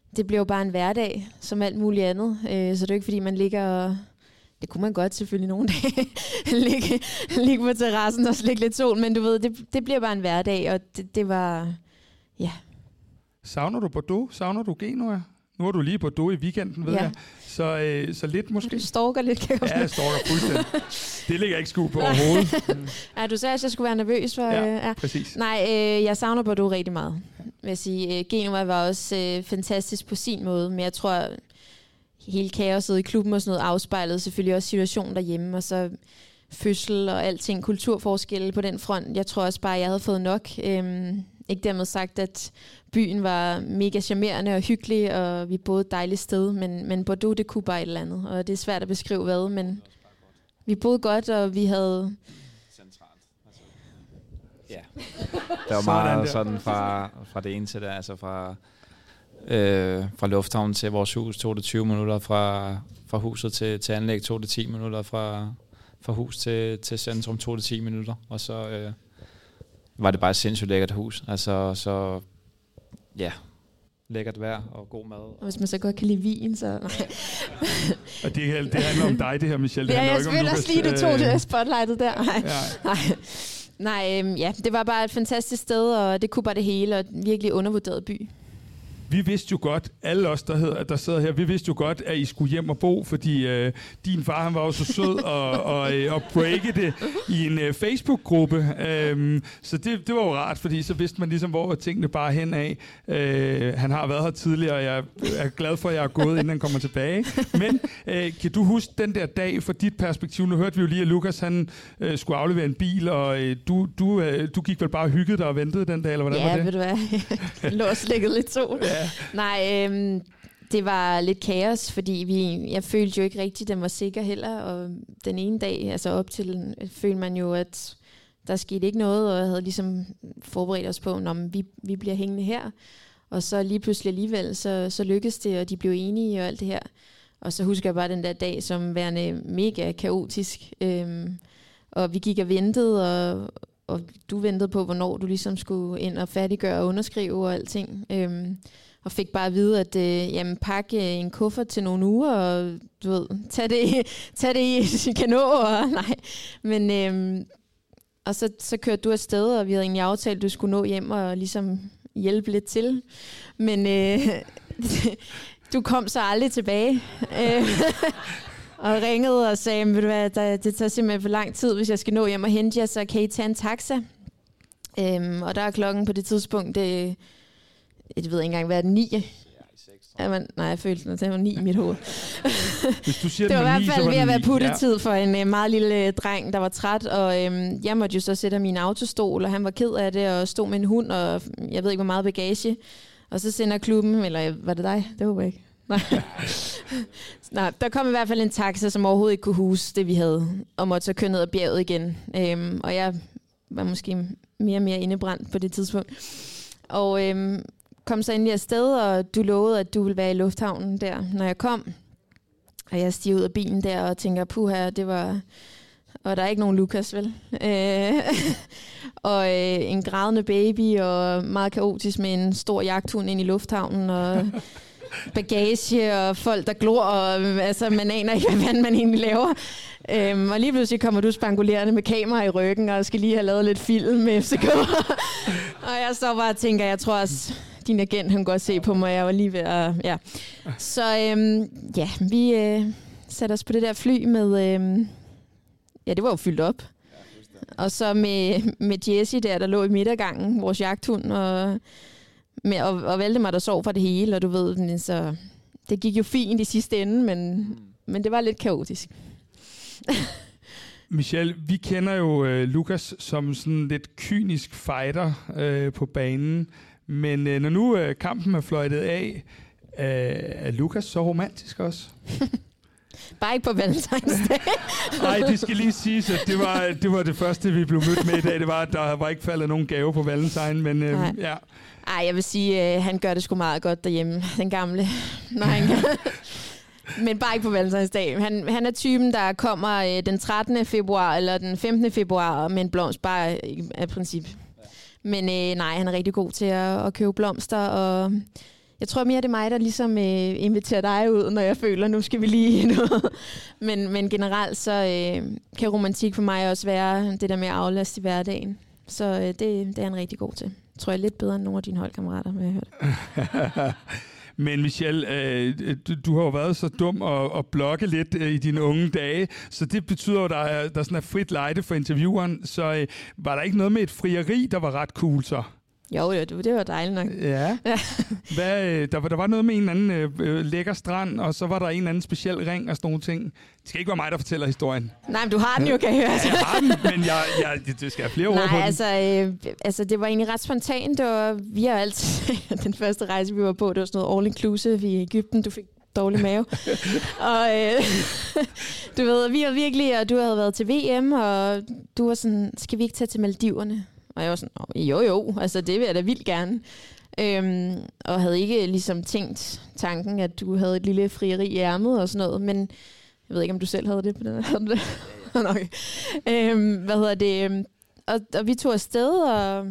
det bliver jo bare en hverdag, som alt muligt andet. Øh, så det er jo ikke, fordi man ligger og... Det kunne man godt selvfølgelig nogle dage. ligge, ligge på terrassen og slikke lidt sol, men du ved, det, det bliver bare en hverdag, og det, det var... Ja. Savner du Bordeaux? Savner du Genua? Nu er du lige på Bordeaux i weekenden, ved ja. jeg. Så, øh, så lidt måske. Du stalker lidt, kan jeg Ja, jeg stalker fuldstændig. Det ligger ikke skue på overhovedet. Mm. Ja, du sagde, at jeg skulle være nervøs for... Ja, øh, ja. præcis. Nej, øh, jeg savner Bordeaux rigtig meget. Vil jeg sige. Genua var også øh, fantastisk på sin måde, men jeg tror, hele kaoset i klubben og sådan noget afspejlede selvfølgelig også situationen derhjemme, og så fødsel og alting, kulturforskelle på den front. Jeg tror også bare, at jeg havde fået nok. Øhm, ikke dermed sagt, at byen var mega charmerende og hyggelig, og vi boede et dejligt sted, men, men Bordeaux, det kunne bare et eller andet, og det er svært at beskrive hvad, men vi boede godt, og vi havde... Centralt. Altså, ja. Det var meget sådan fra, fra det ene til det, altså fra, øh, fra lufthavnen til vores hus tog det tyve minutter, fra, fra huset til, til anlæg tog det ti minutter, fra, fra hus til, til centrum tog det ti minutter, og så øh, var det bare et sindssygt lækkert hus. Altså, så ja, lækkert vejr og god mad. Og hvis man så godt kan lide vin, så... Nej. Og det, det handler om dig, det her, Michelle. Det ja, jeg spiller også lige, du tog øh... det spotlightet der. Nej, ja. nej. nej øhm, ja, det var bare et fantastisk sted, og det kunne bare det hele, og en virkelig undervurderet by. Vi vidste jo godt, alle os, der, hedder, der sidder her, vi vidste jo godt, at I skulle hjem og bo, fordi øh, din far, han var jo så sød og, og, øh, og breake det i en øh, Facebook-gruppe. Øhm, så det, det var jo rart, fordi så vidste man ligesom, hvor tingene bare hen af. Øh, han har været her tidligere, og jeg er glad for, at jeg er gået, inden han kommer tilbage. Men øh, kan du huske den der dag fra dit perspektiv? Nu hørte vi jo lige, at Lukas han, øh, skulle aflevere en bil, og øh, du, du, øh, du gik vel bare og hyggede dig og ventede den dag, eller hvordan ja, var det? Ja, ved du hvad? Jeg lå og slikket lidt sol. Ja. Nej, øhm, det var lidt kaos, fordi vi, jeg følte jo ikke rigtigt, at den var sikker heller. Og den ene dag, altså op til, følte man jo, at der skete ikke noget, og jeg havde ligesom forberedt os på, at vi, vi bliver hængende her. Og så lige pludselig alligevel, så, så lykkedes det, og de blev enige og alt det her. Og så husker jeg bare den der dag som værende mega kaotisk. Øhm, og vi gik og ventede, og, og du ventede på, hvornår du ligesom skulle ind og færdiggøre og underskrive og alting. Øhm, og fik bare at vide, at øh, jamen, pakke en kuffert til nogle uger, og du ved, tag det, tag det i kanå, og nej. Men, øhm, og så, så kørte du afsted, og vi havde egentlig aftalt, at du skulle nå hjem og ligesom hjælpe lidt til. Men øh, du kom så aldrig tilbage. Og ringede og sagde, ved du hvad, der, det tager simpelthen for lang tid, hvis jeg skal nå hjem og hente jer, så kan I tage en taxa. Øhm, og der er klokken på det tidspunkt, det, jeg ved ikke engang, hvad er det, ni? Ja, men, nej, jeg følte, at det var ni i mit hoved. Hvis du siger, det var i ni, hvert fald ved at være puttetid ja. for en uh, meget lille uh, dreng, der var træt, og øhm, jeg måtte jo så sætte min autostol, og han var ked af det, og stod med en hund, og jeg ved ikke, hvor meget bagage. Og så sender klubben, eller var det dig? Det håber jeg ikke. Nej. Nej, der kom i hvert fald en taxa, som overhovedet ikke kunne huse det, vi havde, og måtte så køre ned ad bjerget igen. Øhm, og jeg var måske mere og mere indebrændt på det tidspunkt. Og øhm, kom så endelig afsted, og du lovede, at du ville være i lufthavnen der, når jeg kom. Og jeg stiger ud af bilen der og tænker, puha, det var... Og der er ikke nogen Lukas, vel? Øh, og øh, en grædende baby, og meget kaotisk med en stor jagthund ind i lufthavnen, og bagage, og folk, der glor, og altså, man aner ikke, hvad man egentlig laver. Øhm, og lige pludselig kommer du spangulerende med kamera i ryggen, og skal lige have lavet lidt film med F C K. Og jeg så bare tænker, jeg tror også, din agent, han kan godt se på mig, jeg var lige ved at... Ja. Så øhm, ja, vi øh, satte os på det der fly med... Øh, ja, det var jo fyldt op. Og så med, med Jessie der, der lå i midtergangen, vores jagthund, og, med, og, og Valdemar, der sov for det hele, og du ved, så det gik jo fint i sidste ende, men, mm. men det var lidt kaotisk. Michelle, vi kender jo øh, Lukas som sådan lidt kynisk fighter øh, på banen, men øh, når nu øh, kampen er fløjtet af, øh, er Lukas så romantisk også? Bare ikke på valentinsdag. Nej, det skal lige siges, at det var, det var det første, vi blev mødt med i dag. Det var, at der var ikke faldet nogen gave på valentine, men øh, ja. Ej, jeg vil sige, at øh, han gør det sgu meget godt derhjemme, den gamle. Når han kan. Men bare ikke på valentinsdag. Han, han er typen, der kommer øh, den trettende februar eller den femtende februar med en blomst, bare af princip. Men øh, nej, han er rigtig god til at, at købe blomster, og jeg tror mere, det er mig, der ligesom øh, inviterer dig ud, når jeg føler, nu skal vi lige noget. men, men generelt så øh, kan romantik for mig også være det der med at aflaste i hverdagen. Så øh, det, det er en rigtig god til. Tror jeg lidt bedre end nogle af dine holdkammerater, med jeg hørt. Men Michelle, øh, du, du har jo været så dum at, at blogge lidt øh, i dine unge dage, så det betyder jo, at der er, der sådan er frit lejde for intervieweren. Så øh, var der ikke noget med et frieri, der var ret cool så? Jo, jo, det var dejligt nok. Ja. Hvad, øh, der, der var noget med en eller anden øh, lækker strand, og så var der en eller anden speciel ring og sådan nogle ting. Det skal ikke være mig, der fortæller historien. Nej, men du har den jo, kan jeg høre. Ja, jeg har den, men jeg, jeg, det skal have flere ord Nej, på den. altså, øh, altså, det var egentlig ret spontant. Det var, vi har altid, den første rejse, vi var på, det var sådan noget all-inclusive i Egypten. Du fik dårlig mave. og øh, du ved, vi var virkelig, og du havde været til V M, og du var sådan, skal vi ikke tage til Maldiverne? Og jeg var sådan, jo jo, altså det vil jeg da vildt gerne. Øhm, og havde ikke ligesom tænkt tanken, at du havde et lille frieri i ærmet og sådan noget, men jeg ved ikke, om du selv havde det på den her. okay. øhm, hvad hedder det? Og, og vi tog afsted og,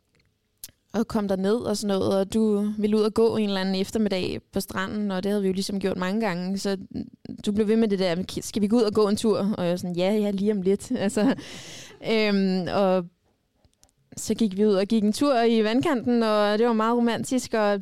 og kom derned og sådan noget, og du ville ud og gå en eller anden eftermiddag på stranden, og det havde vi jo ligesom gjort mange gange, så du blev ved med det der, skal vi gå ud og gå en tur? Og jeg var sådan, ja, ja, lige om lidt. Altså, øhm, og så gik vi ud og gik en tur i vandkanten, og det var meget romantisk, og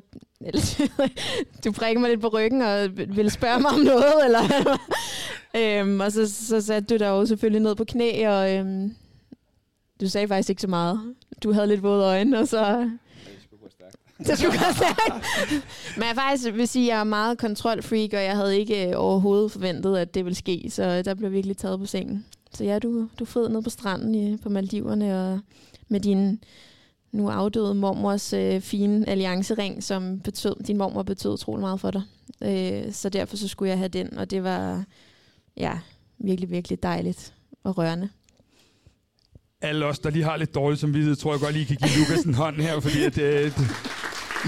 du prikkede mig lidt på ryggen og ville spørge mig om noget, eller øhm, og så, så satte du dig jo selvfølgelig ned på knæ, og øhm, du sagde faktisk ikke så meget. Du havde lidt våde øjne, og så... Det skulle gå stærkt. Men jeg faktisk vil sige, at jeg er meget kontrolfreak, og jeg havde ikke overhovedet forventet, at det ville ske, så der blev virkelig taget på sengen. Så ja, du, du fed ned på stranden i, på Maldiverne, og med din nu afdøde mormors øh, fine alliancering, som betød, din mormor betød utrolig meget for dig. Øh, så derfor så skulle jeg have den, og det var ja, virkelig, virkelig dejligt og rørende. Alle os, der lige har lidt dårligt samvittighed, tror jeg godt lige kan give Lukas en hånd her, fordi at... Øh, det, mm.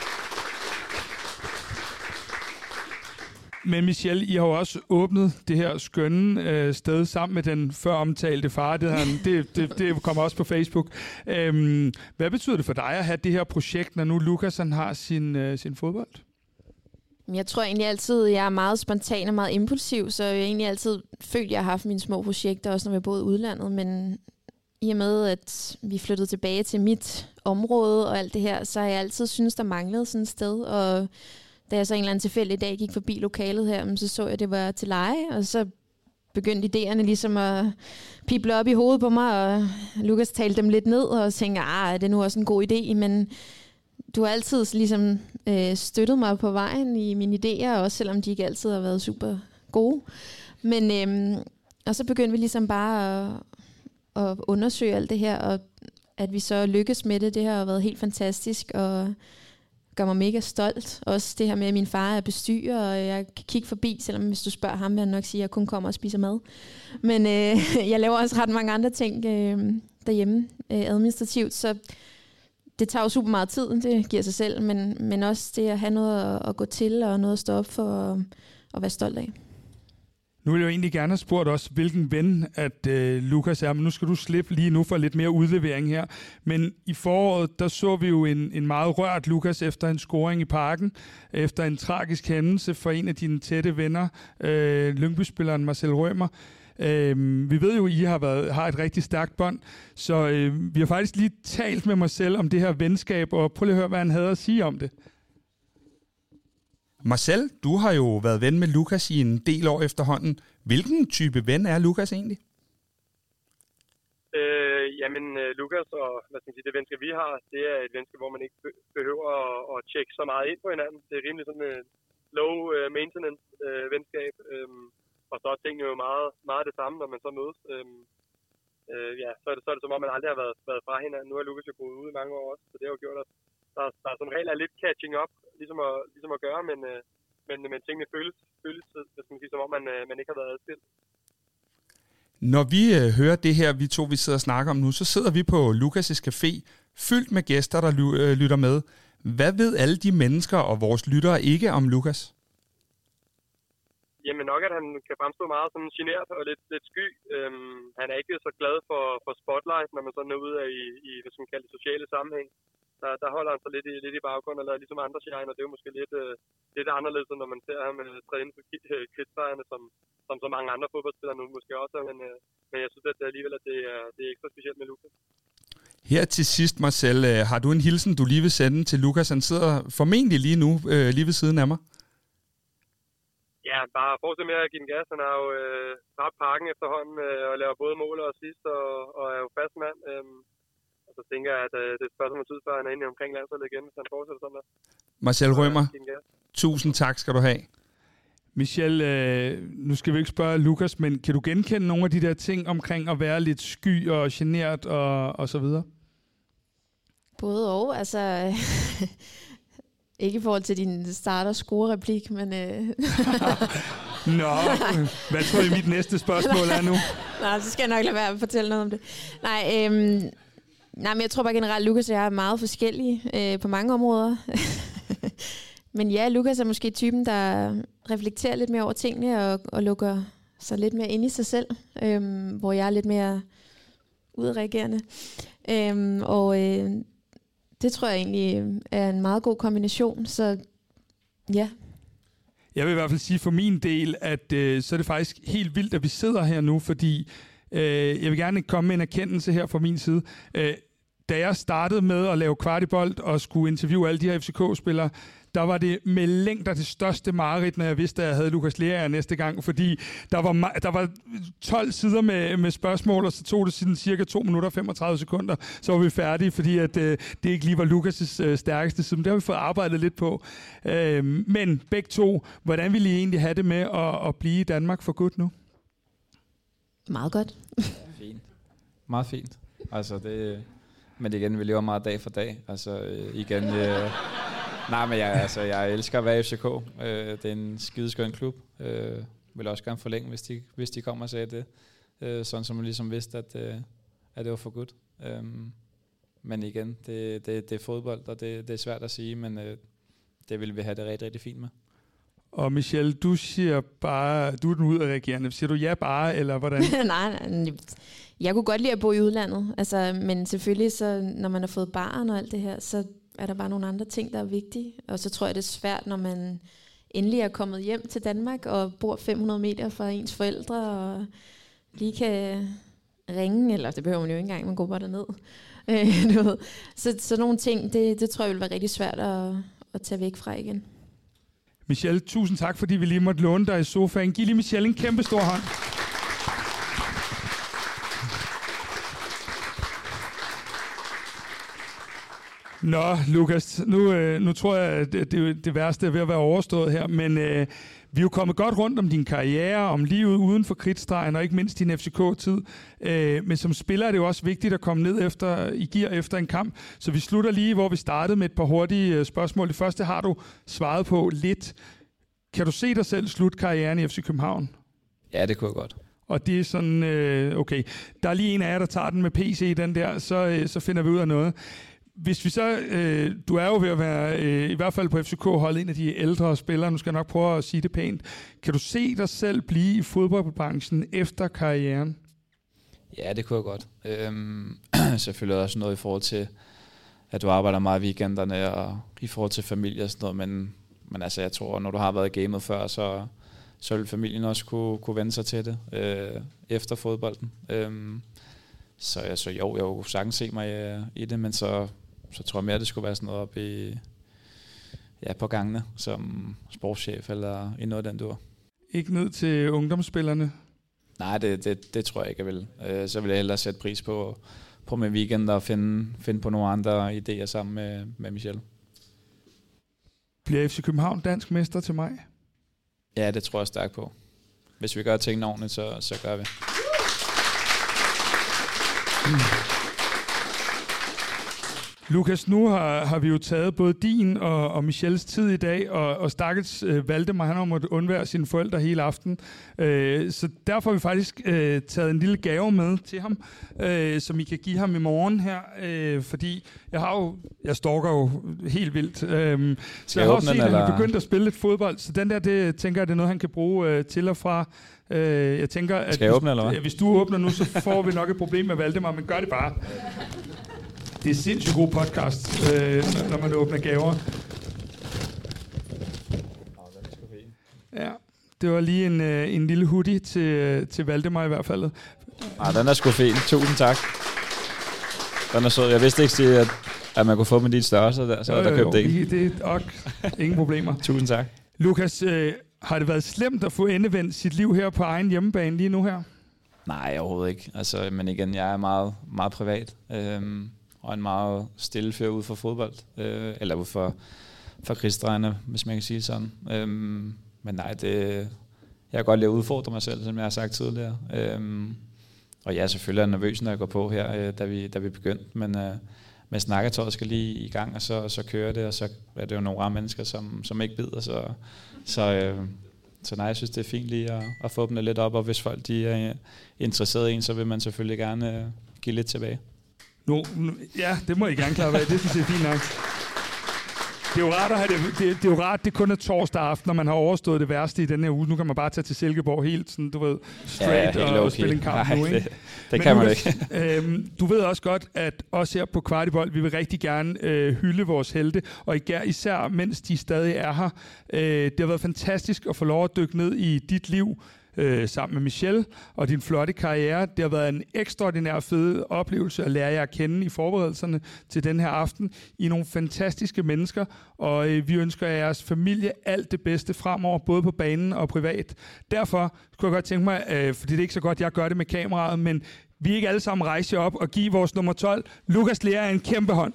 Men Michelle, I har jo også åbnet det her skønne øh, sted sammen med den før omtalte far. Det, han, det, det, det kommer også på Facebook. Øhm, hvad betyder det for dig at have det her projekt, når nu Lukas han har sin, øh, sin fodbold? Jeg tror egentlig altid, jeg er meget spontan og meget impulsiv, så jeg har egentlig altid følt, at jeg har haft mine små projekter, også når vi boede i udlandet. Men i og med, at vi flyttede tilbage til mit område og alt det her, så har jeg altid syntes, der manglede sådan et sted. Og da jeg så en eller anden tilfældig dag gik forbi lokalet her, så så jeg, at det var til leje, og så begyndte idéerne ligesom at pible op i hovedet på mig, og Lukas talte dem lidt ned, og tænkte, ah, er det nu også en god idé, men du har altid ligesom øh, støttet mig på vejen i mine idéer, også selvom de ikke altid har været super gode. Men, øh, og så begyndte vi ligesom bare at, at undersøge alt det her, og at vi så lykkes med det, det har været helt fantastisk, og gør mig mega stolt. Også det her med, at min far er bestyrer, og jeg kan kigge forbi, selvom hvis du spørger ham, vil han nok sige, at jeg kun kommer og spiser mad. Men øh, jeg laver også ret mange andre ting øh, derhjemme øh, administrativt, så det tager jo super meget tid, det giver sig selv, men, men også det at have noget at, at gå til, og noget at stå op for, og, og være stolt af. Nu vil jeg jo egentlig gerne have spurgt os, hvilken ven at øh, Lukas er, men nu skal du slippe lige nu for lidt mere udlevering her. Men i foråret, der så vi jo en, en meget rørt Lukas efter en scoring i Parken, efter en tragisk hændelse for en af dine tætte venner, øh, Lyngby-spilleren Marcel Rømer. Øh, vi ved jo, at I har, været, har et rigtig stærkt bånd, så øh, vi har faktisk lige talt med Marcel om det her venskab, og prøv lige at høre, hvad han havde at sige om det. Marcel, du har jo været ven med Lukas i en del år efterhånden. Hvilken type ven er Lukas egentlig? Øh, jamen, Lukas og hvad skal man sige, det venskab, vi har, det er et venskab, hvor man ikke behøver at, at tjekke så meget ind på hinanden. Det er rimelig sådan et low maintenance øh, venskab. Øhm, og så er tingene jo meget, meget det samme, når man så mødes. Øhm, øh, ja, så er, det, så er det som om, man aldrig har været, været fra hinanden. Nu har Lukas jo boet ude i mange år også, så det har jo gjort, at der, der som regel er lidt catching up, ligesom at, ligesom at gøre, men, øh, men, men tingene føles, føles skal man sige, som om man, øh, man ikke har været adskilt. Når vi øh, hører det her, vi to vi sidder og snakker om nu, så sidder vi på Lukas' café, fyldt med gæster, der ly- øh, lytter med. Hvad ved alle de mennesker og vores lyttere ikke om Lukas? Jamen nok, at han kan fremstå meget sådan genert og lidt, lidt sky. Øhm, han er ikke så glad for, for spotlight, når man sådan er ude i, i hvad skal man kalde det, sociale sammenhæng. Så der, der holder han sig lidt i, lidt i baggrunden, eller ligesom andre shine, og det er jo måske lidt, øh, lidt anderledes, når man ser ham øh, træne på kridtstregerne, som, som så mange andre fodboldspillere nu måske også, men, øh, men jeg synes at det alligevel, at det er, det er ekstra specielt med Lukas. Her til sidst, Marcel, øh, har du en hilsen, du lige vil sende til Lukas? Han sidder formentlig lige nu, øh, lige ved siden af mig. Ja, bare fortsæt med at give den gas. Han har jo øh, ret parken efterhånden øh, og laver både mål og assist og, og er jo fast mand. Øhm, og så tænker jeg, at øh, det er spørgsmål tid, før han er inde omkring landsholdet igen, hvis han fortsætter sådan der. Marcel Rømer, tusind tak skal du have. Michel, øh, nu skal vi ikke spørge Lukas, men kan du genkende nogle af de der ting omkring at være lidt sky og genert og, og så videre? Både og, altså... Ikke i forhold til din starter-score-replik, men... Øh... Nå, hvad tror I mit næste spørgsmål er nu? Nej, så skal jeg nok lade være at fortælle noget om det. Nej, øhm... Nej, men jeg tror bare generelt, at Lukas og jeg er meget forskellige øh, på mange områder. Men ja, Lukas er måske typen, der reflekterer lidt mere over tingene og, og lukker sig lidt mere ind i sig selv, øhm, hvor jeg er lidt mere udreagerende. Øhm, og... Øh, Det tror jeg egentlig er en meget god kombination, så ja. Jeg vil i hvert fald sige for min del, at øh, så er det faktisk helt vildt, at vi sidder her nu, fordi øh, jeg vil gerne komme med en erkendelse her fra min side. Øh, da jeg startede med at lave Kvartibold og skulle interviewe alle de her F C K-spillere, der var det med længder det største mareridt, når jeg vidste, at jeg havde Lukas Lerager næste gang, fordi der var, der var tolv sider med, med spørgsmål, og så tog det siden cirka to minutter og femogtredive sekunder, så var vi færdige, fordi at, øh, det ikke lige var Lukas' øh, stærkeste side. Men det har vi fået arbejdet lidt på. Øh, men begge to, hvordan ville I egentlig have det med at, at blive i Danmark for godt nu? Meget godt. Fint. Meget fint. Altså det, men igen, vi lever meget dag for dag. Altså øh, igen... Øh, Nej, men jeg, altså, jeg elsker at være i F C K. Øh, det er en skideskøn klub. Øh, vil også gerne forlænge, hvis de, hvis de kommer og sagde det. Øh, sådan som man ligesom vidste, at, øh, at det var for godt. Øh, men igen, det, det, det er fodbold, og det, det er svært at sige, men øh, det vil vi have det rigtig, rigtig fint med. Og Michel, du siger bare, du er den udadreagerende. Siger du ja bare, eller hvordan? nej, nej, jeg kunne godt lide at bo i udlandet. Altså, men selvfølgelig, så, når man har fået barn og alt det her, så er der bare nogle andre ting, der er vigtige. Og så tror jeg, det er svært, når man endelig er kommet hjem til Danmark og bor fem hundrede meter fra ens forældre og lige kan ringe, eller det behøver man jo ikke engang, man går bare derned. Øh, du ved. Så, så nogle ting, det, det tror jeg vil være rigtig svært at, at tage væk fra igen. Michel, tusind tak, fordi vi lige måtte låne dig i sofaen. Giv lige Michel en kæmpe stor hånd. Nå, Lukas, nu, øh, nu tror jeg, at det, det, det værste er ved at være overstået her, men øh, vi er jo kommet godt rundt om din karriere, om livet uden for kridtstregen, og ikke mindst din F C K-tid. Øh, men som spiller er det jo også vigtigt at komme ned efter, i gear efter en kamp. Så vi slutter lige, hvor vi startede med et par hurtige øh, spørgsmål. Det første har du svaret på lidt. Kan du se dig selv slutte karrieren i F C København? Ja, det kunne jeg godt. Og det er sådan, øh, okay, der er lige en af jer, der tager den med P C, den der, så, øh, så finder vi ud af noget. Hvis vi så, øh, du er jo ved at være, øh, i hvert fald på F C K-holdet, en af de ældre spillere, nu skal jeg nok prøve at sige det pænt. Kan du se dig selv blive i fodboldbranchen efter karrieren? Ja, det kunne jeg godt. Øhm, selvfølgelig også noget i forhold til, at du arbejder meget i weekenderne, og i forhold til familie og sådan noget, men, men altså, jeg tror, når du har været i gamet før, så, så vil familien også kunne, kunne vende sig til det øh, efter fodbolden. Øhm, så altså, jo, jeg kunne sagtens se mig øh, i det, men så så tror jeg mere, det skulle være sådan noget op i, ja, på gangene, som sportschef eller i noget af den dur. Ikke ned til ungdomsspillerne? Nej, det, det, det tror jeg ikke, jeg vil. Øh, så vil jeg hellere sætte pris på, på min weekend og finde, finde på nogle andre idéer sammen med, med Michel. Bliver F C København dansk mester til mig? Ja, det tror jeg stærkt på. Hvis vi gør tingene ordentligt, så, så gør vi. Lukas, nu har, har vi jo taget både din og, og Michels tid i dag, og, og stakkels øh, Valdemar, han har måttet undvære sine forældre hele aften. Øh, så derfor har vi faktisk øh, taget en lille gave med til ham, øh, som I kan give ham i morgen her, øh, fordi jeg har jo, jeg stalker jo helt vildt. Øh, så jeg har også set, at han er begyndt at spille lidt fodbold, så den der, det tænker jeg, det er noget, han kan bruge øh, til og fra. Øh, jeg tænker, at Skal jeg hvis, åbne, eller hvad? hvis du åbner nu, så får vi nok et problem med Valdemar, men gør det bare. Det er sindssygt god podcast, øh, når man åbner gaver. Ja, det var lige en, øh, en lille hoodie til, til Valdemar i hvert fald. Ah, den er sgu fin. Tusind tak. Den er sød. Jeg vidste ikke, at, at man kunne få med din størrelse der, så jo, der købte det ikke. Det er ok. Ingen problemer. Tusind tak. Lukas, øh, har det været slemt at få endevendt sit liv her på egen hjemmebane lige nu her? Nej, overhovedet ikke. Altså, men igen, jeg er meget, meget privat. Øhm, og en meget stille fyr ude for fodbold. Øh, eller ude for, for krigsdrejerne, hvis man kan sige sådan. Øhm, men nej, det, jeg kan godt lide at udfordre mig selv, som jeg har sagt tidligere. Øhm, og jeg er selvfølgelig nervøs, når jeg går på her, øh, da, vi, da vi begyndte. Men, øh, men snakketøjet skal lige i gang, og så, så kører det, og så er det jo nogle rare mennesker, som, som ikke bider. Så, så, øh, så nej, jeg synes, det er fint lige at, at få dem lidt op, og hvis folk de er interesserede i en, så vil man selvfølgelig gerne øh, give lidt tilbage. Nu, nu, ja, det må I gerne klare af. Det synes jeg er fint nok. Det er jo rart, at have det, det, det er jo rart, det kun er torsdag aften, når man har overstået det værste i den her uge. Nu kan man bare tage til Silkeborg helt sådan, du ved, straight ja, og, okay. og spille en kamp Nej, nu, ikke? Det, det kan man ikke. øhm, du ved også godt, at os her på Kvartibold, vi vil rigtig gerne øh, hylde vores helte, og især, især mens de stadig er her. Øh, det har været fantastisk at få lov at dykke ned i dit liv, Øh, sammen med Michelle og din flotte karriere. Det har været en ekstraordinær fed oplevelse at lære jer at kende i forberedelserne til den her aften. I er nogle fantastiske mennesker, og øh, vi ønsker jeres familie alt det bedste fremover, både på banen og privat. Derfor skulle jeg godt tænke mig, øh, fordi det er ikke så godt, jeg gør det med kameraet, men vi er ikke alle sammen rejse op og give vores nummer tolv, Lukas Lea, en kæmpe hånd.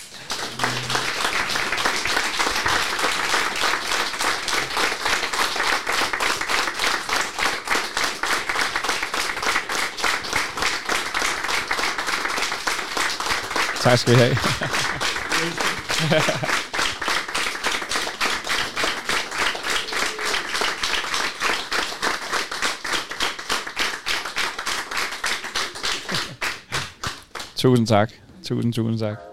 Tak skal I have. Tusind tak. Tusind, tusind tak.